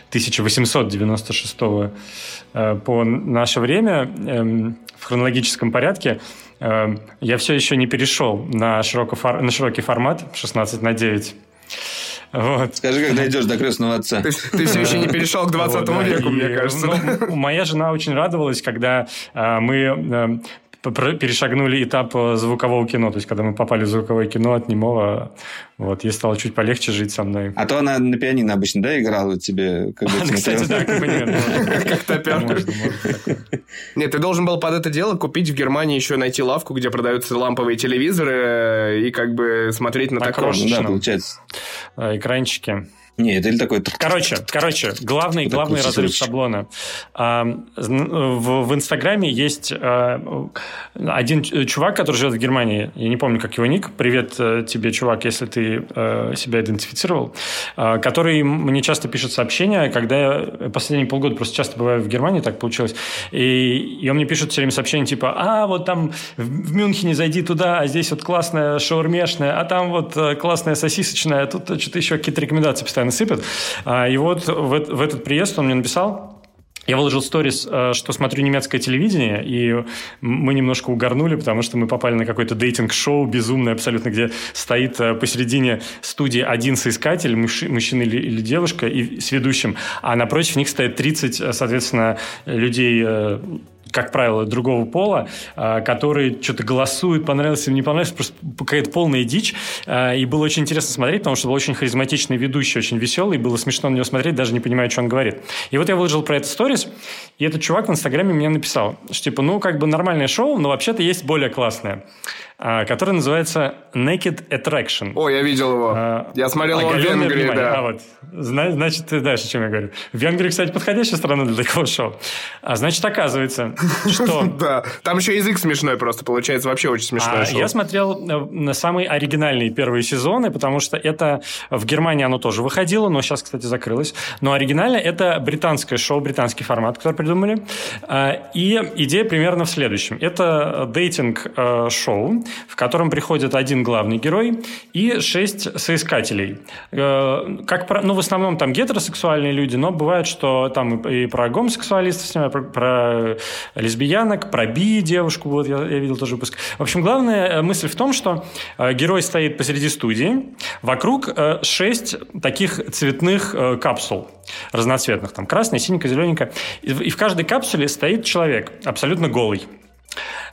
э, по наше время э, в хронологическом порядке. Э, я все еще не перешел на, широкофор... на широкий формат шестнадцать на девять. Вот. Скажи, когда идешь до крестного отца. Ты, ты все еще не перешел к двадцатому вот, да, веку, и, мне кажется. Ну, моя жена очень радовалась, когда а, мы а, перешагнули этап звукового кино. То есть, когда мы попали в звуковое кино от немого, вот, ей стало чуть полегче жить со мной. А то она на пианино обычно, да, играла тебе? Кстати, да, как топер. Нет, ты должен был под это дело купить в Германии еще найти лавку, где продаются ламповые телевизоры, и как бы смотреть на таком. Да, получается. Экранчики. Нет, это или такой... Короче, короче, главный, главный разрыв шаблона. В, в Инстаграме есть один чувак, который живет в Германии. Я не помню, как его ник. Привет тебе, чувак, если ты себя идентифицировал. Который мне часто пишет сообщения, когда я последние полгода просто часто бываю в Германии, так получилось. И, и он мне пишет все время сообщения типа, а, вот там в Мюнхене зайди туда, а здесь вот классная шаурмешная, а там вот классная сосисочная, а тут что-то еще какие-то рекомендации постоянно сыпят. И вот в, в этот приезд он мне написал, я выложил сторис, что смотрю немецкое телевидение, и мы немножко угорнули, потому что мы попали на какое-то дейтинг-шоу безумное абсолютно, где стоит посередине студии один соискатель, мужчина или, или девушка, и с ведущим, а напротив них стоит тридцать, соответственно, людей... как правило, другого пола, которые что-то голосуют, понравилось им, не понравилось, просто какая-то полная дичь. И было очень интересно смотреть, потому что был очень харизматичный ведущий, очень веселый, было смешно на него смотреть, даже не понимая, что он говорит. И вот я выложил про это сторис, и этот чувак в Инстаграме мне написал, что типа, ну, как бы нормальное шоу, но вообще-то есть более классное, которое называется Naked Attraction. О, я видел его. А, я смотрел его в Венгрии, внимание. Да. А, вот. Значит, ты знаешь, о чем я говорю. В Венгрии, кстати, подходящая страна для такого шоу. А значит, оказывается, что... Да, там еще язык смешной просто, получается, вообще очень смешное шоу. Я смотрел на самые оригинальные первые сезоны, потому что это в Германии оно тоже выходило, но сейчас, кстати, закрылось. Но оригинально это британское шоу, британский формат, который придумали. И идея примерно в следующем. Это дейтинг-шоу, в котором приходит один главный герой и шесть соискателей. Как, ну, в основном там гетеросексуальные люди, но бывает, что там и про гомосексуалистов снимают, про, про лесбиянок, про би девушку, вот я, я видел тоже выпуск. В общем, главная мысль в том, что герой стоит посреди студии, вокруг шесть таких цветных капсул разноцветных, там красная, синенькая, зелененькая, и в каждой капсуле стоит человек абсолютно голый.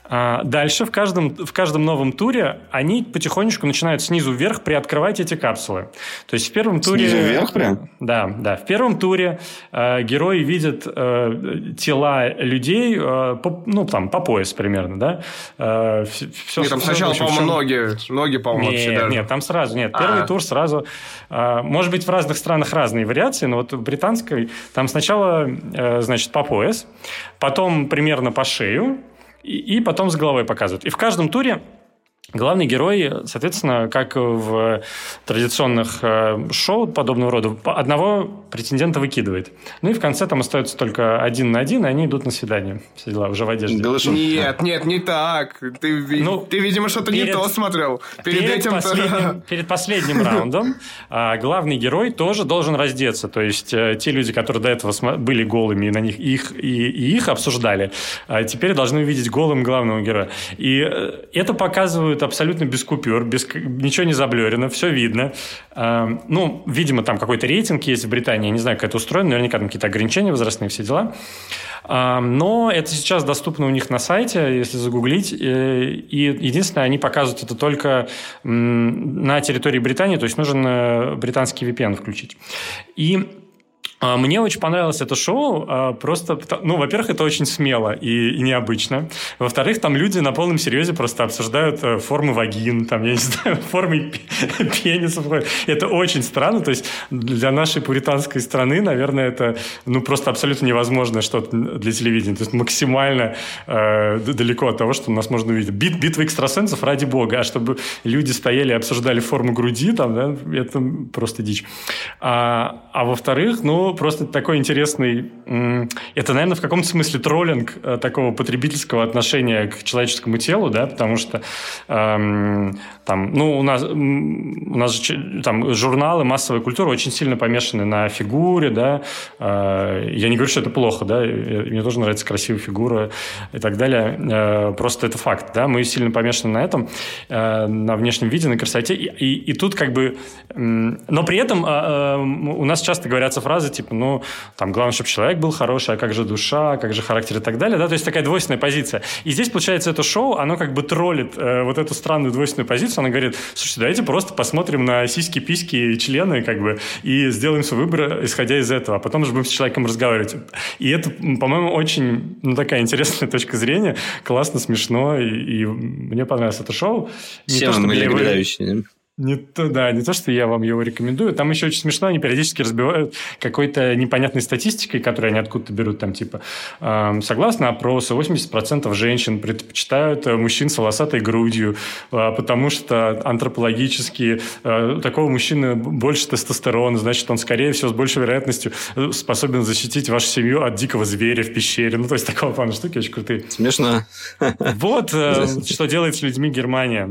А дальше в каждом, в каждом новом туре они потихонечку начинают снизу вверх приоткрывать эти капсулы. То есть в первом туре... Снизу вверх прям? Да, да. В первом туре э, герои видят э, тела людей э, по, ну, там, по пояс примерно, да? Э, все, нет, там все, сначала, по-моему, ноги, ноги, по-моему, нет, вообще даже. Нет, там сразу, нет. Первый А-а-а. тур сразу... Э, может быть, в разных странах разные вариации, но вот в британской там сначала, э, значит, по пояс, потом примерно по шею, и потом с головой показывают. И в каждом туре главный герой, соответственно, как в традиционных шоу подобного рода, одного претендента выкидывает. Ну и в конце там остается только один на один, и они идут на свидание. Все дела уже в одежде. Голышом. Нет, нет, не так. Ты, ну, ты видимо, что-то перед, не то смотрел. Перед, перед, этим последним, перед последним раундом главный герой тоже должен раздеться. То есть те люди, которые до этого были голыми, и на них их, и, и их обсуждали, теперь должны увидеть голым главного героя. И это показывают абсолютно без купюр, без, ничего не заблюрено, все видно. Э, ну, видимо, там какой-то рейтинг есть в Британии, я не знаю, как это устроено, наверняка там какие-то ограничения возрастные, все дела. Э, но это сейчас доступно у них на сайте, если загуглить. Э, и единственное, они показывают это только э, на территории Британии, то есть нужен британский ви пи эн включить. И мне очень понравилось это шоу, просто, ну, во-первых, это очень смело и, и необычно. Во-вторых, там люди на полном серьезе просто обсуждают формы вагин, там, я не знаю, формы пенисов. Это очень странно, то есть для нашей пуританской страны, наверное, это, ну, просто абсолютно невозможно что-то для телевидения. То есть максимально э, далеко от того, что у нас можно увидеть. Бит, битва экстрасенсов, ради бога, а чтобы люди стояли и обсуждали форму груди, там, да, это просто дичь. А, а во-вторых, ну, просто такой интересный... Это, наверное, в каком-то смысле троллинг такого потребительского отношения к человеческому телу, да, потому что эм, там, ну, у нас, у нас же там журналы, массовая культура очень сильно помешаны на фигуре, да. Э, я не говорю, что это плохо, да, мне тоже нравится красивая фигура и так далее. Э, просто это факт, да, мы сильно помешаны на этом, э, на внешнем виде, на красоте. И, и, и тут как бы... Э, но при этом э, э, у нас часто говорятся фразы типа, ну, там, главное, чтобы человек был хороший, а как же душа, как же характер и так далее, да, то есть такая двойственная позиция. И здесь, получается, это шоу, оно как бы троллит э, вот эту странную двойственную позицию, оно говорит, слушайте, давайте просто посмотрим на сиськи, письки и члены, как бы, и сделаем свой выбор, исходя из этого, а потом уже будем с человеком разговаривать. И это, по-моему, очень, ну, такая интересная точка зрения, классно, смешно, и, и мне понравилось это шоу. Всем млекопитающие. Не то, да, не то, что я вам его рекомендую. Там еще очень смешно, они периодически разбивают какой-то непонятной статистикой, которую они откуда-то берут, там, типа, э, согласно опросу, восемьдесят процентов женщин предпочитают мужчин с волосатой грудью, э, потому что антропологически э, такого мужчины больше тестостерона, значит, он, скорее всего, с большей вероятностью способен защитить вашу семью от дикого зверя в пещере. Ну, то есть, такого плана штуки очень крутые. Смешно. Вот, э, что делает с людьми Германия.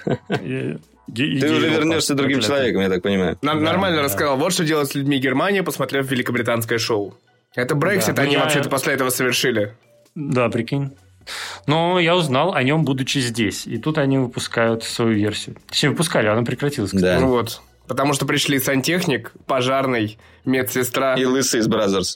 Ты Ге- уже вернешься другим человеком, я так понимаю. Нам да, нормально да. рассказал. Вот что делать с людьми Германии, посмотрев великобританское шоу. Это Брексит, да, они меня... вообще-то после этого совершили. Да, прикинь. Но я узнал о нем, будучи здесь. И тут они выпускают свою версию. Точнее, выпускали, она прекратилась. Да. Ну вот. Потому что пришли сантехник, пожарный, медсестра. И лысый из Бразерс.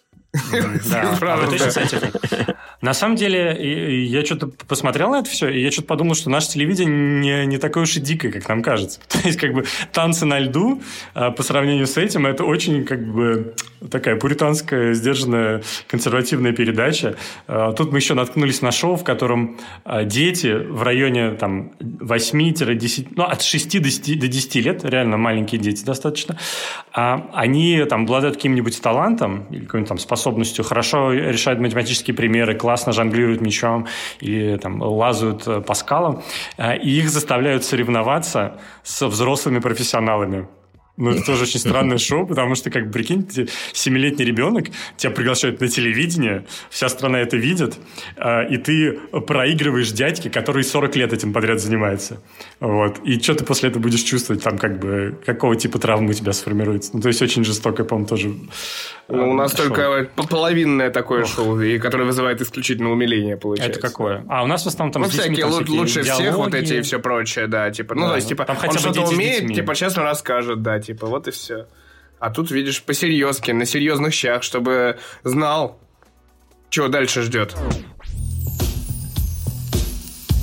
На самом деле, я что-то посмотрел на это все, и я что-то подумал, что наше телевидение не, не такое уж и дикое, как нам кажется. То есть, как бы, танцы на льду по сравнению с этим, это очень, как бы, такая пуританская, сдержанная, консервативная передача. Тут мы еще наткнулись на шоу, в котором дети в районе там, восемь-десять, ну, от шести до десяти лет, реально маленькие дети достаточно, они там обладают каким-нибудь талантом или какой-нибудь там способностью, хорошо решают математические примеры, классно жонглируют мячом или там лазают по скалам, и их заставляют соревноваться с взрослыми профессионалами. Ну, это тоже очень странное шоу, потому что, как бы, прикиньте, семилетний ребенок, тебя приглашают на телевидение, вся страна это видит, и ты проигрываешь дядьке, который сорок лет этим подряд занимается. Вот. И что ты после этого будешь чувствовать, там, как бы, какого типа травмы у тебя сформируется. Ну, то есть, очень жестокое, по-моему, тоже ну, у нас шоу. Только половинное такое Ох. шоу, и которое вызывает исключительно умиление, получается. Это какое? А у нас в основном там... Ну, всякие, там, всякие лучше диалоги. Всех вот эти и все прочее, да, типа, ну, да, то есть, типа, он что-то умеет, типа, честно расскажет, да, типа, вот и все. А тут, видишь, по-серьезки, на серьезных щах, чтобы знал, чего дальше ждет.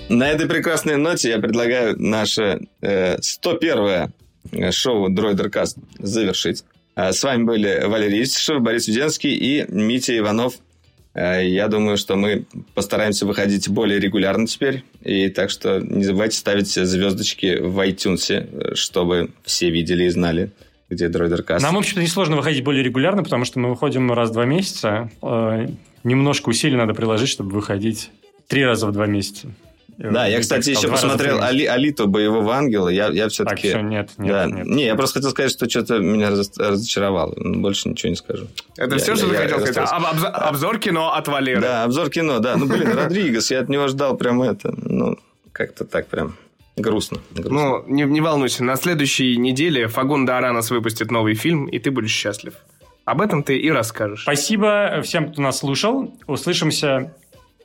На этой прекрасной ноте я предлагаю наше э, сто первое шоу Дроидеркаст завершить. С вами были Валерий Истишев, Борис Веденский и Митя Иванов. Я думаю, что мы постараемся выходить более регулярно теперь. И так что не забывайте ставить звездочки в iTunes, чтобы все видели и знали, где Дроидеркаст. Нам, в общем-то, несложно выходить более регулярно, потому что мы выходим раз в два месяца. Немножко усилий надо приложить, чтобы выходить три раза в два месяца. Да, я, кстати, еще посмотрел Али, Алиту «Боевого ангела». Я, я все-таки... Так, все, нет, нет, да. нет. Не, я просто хотел сказать, что что-то меня разочаровало. Больше ничего не скажу. Это я, все, я, что я, ты хотел я сказать? Обзор, обзор кино от Валеры. Да, обзор кино, да. Ну, блин, Родригес, я от него ждал прям это... Ну, как-то так прям грустно. грустно. Ну, не, не волнуйся. На следующей неделе Фагунда Аранос выпустит новый фильм, и ты будешь счастлив. Об этом ты и расскажешь. Спасибо всем, кто нас слушал. Услышимся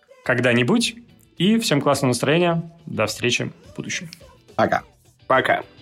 когда-нибудь. И всем классного настроения. До встречи в будущем. Пока. Пока.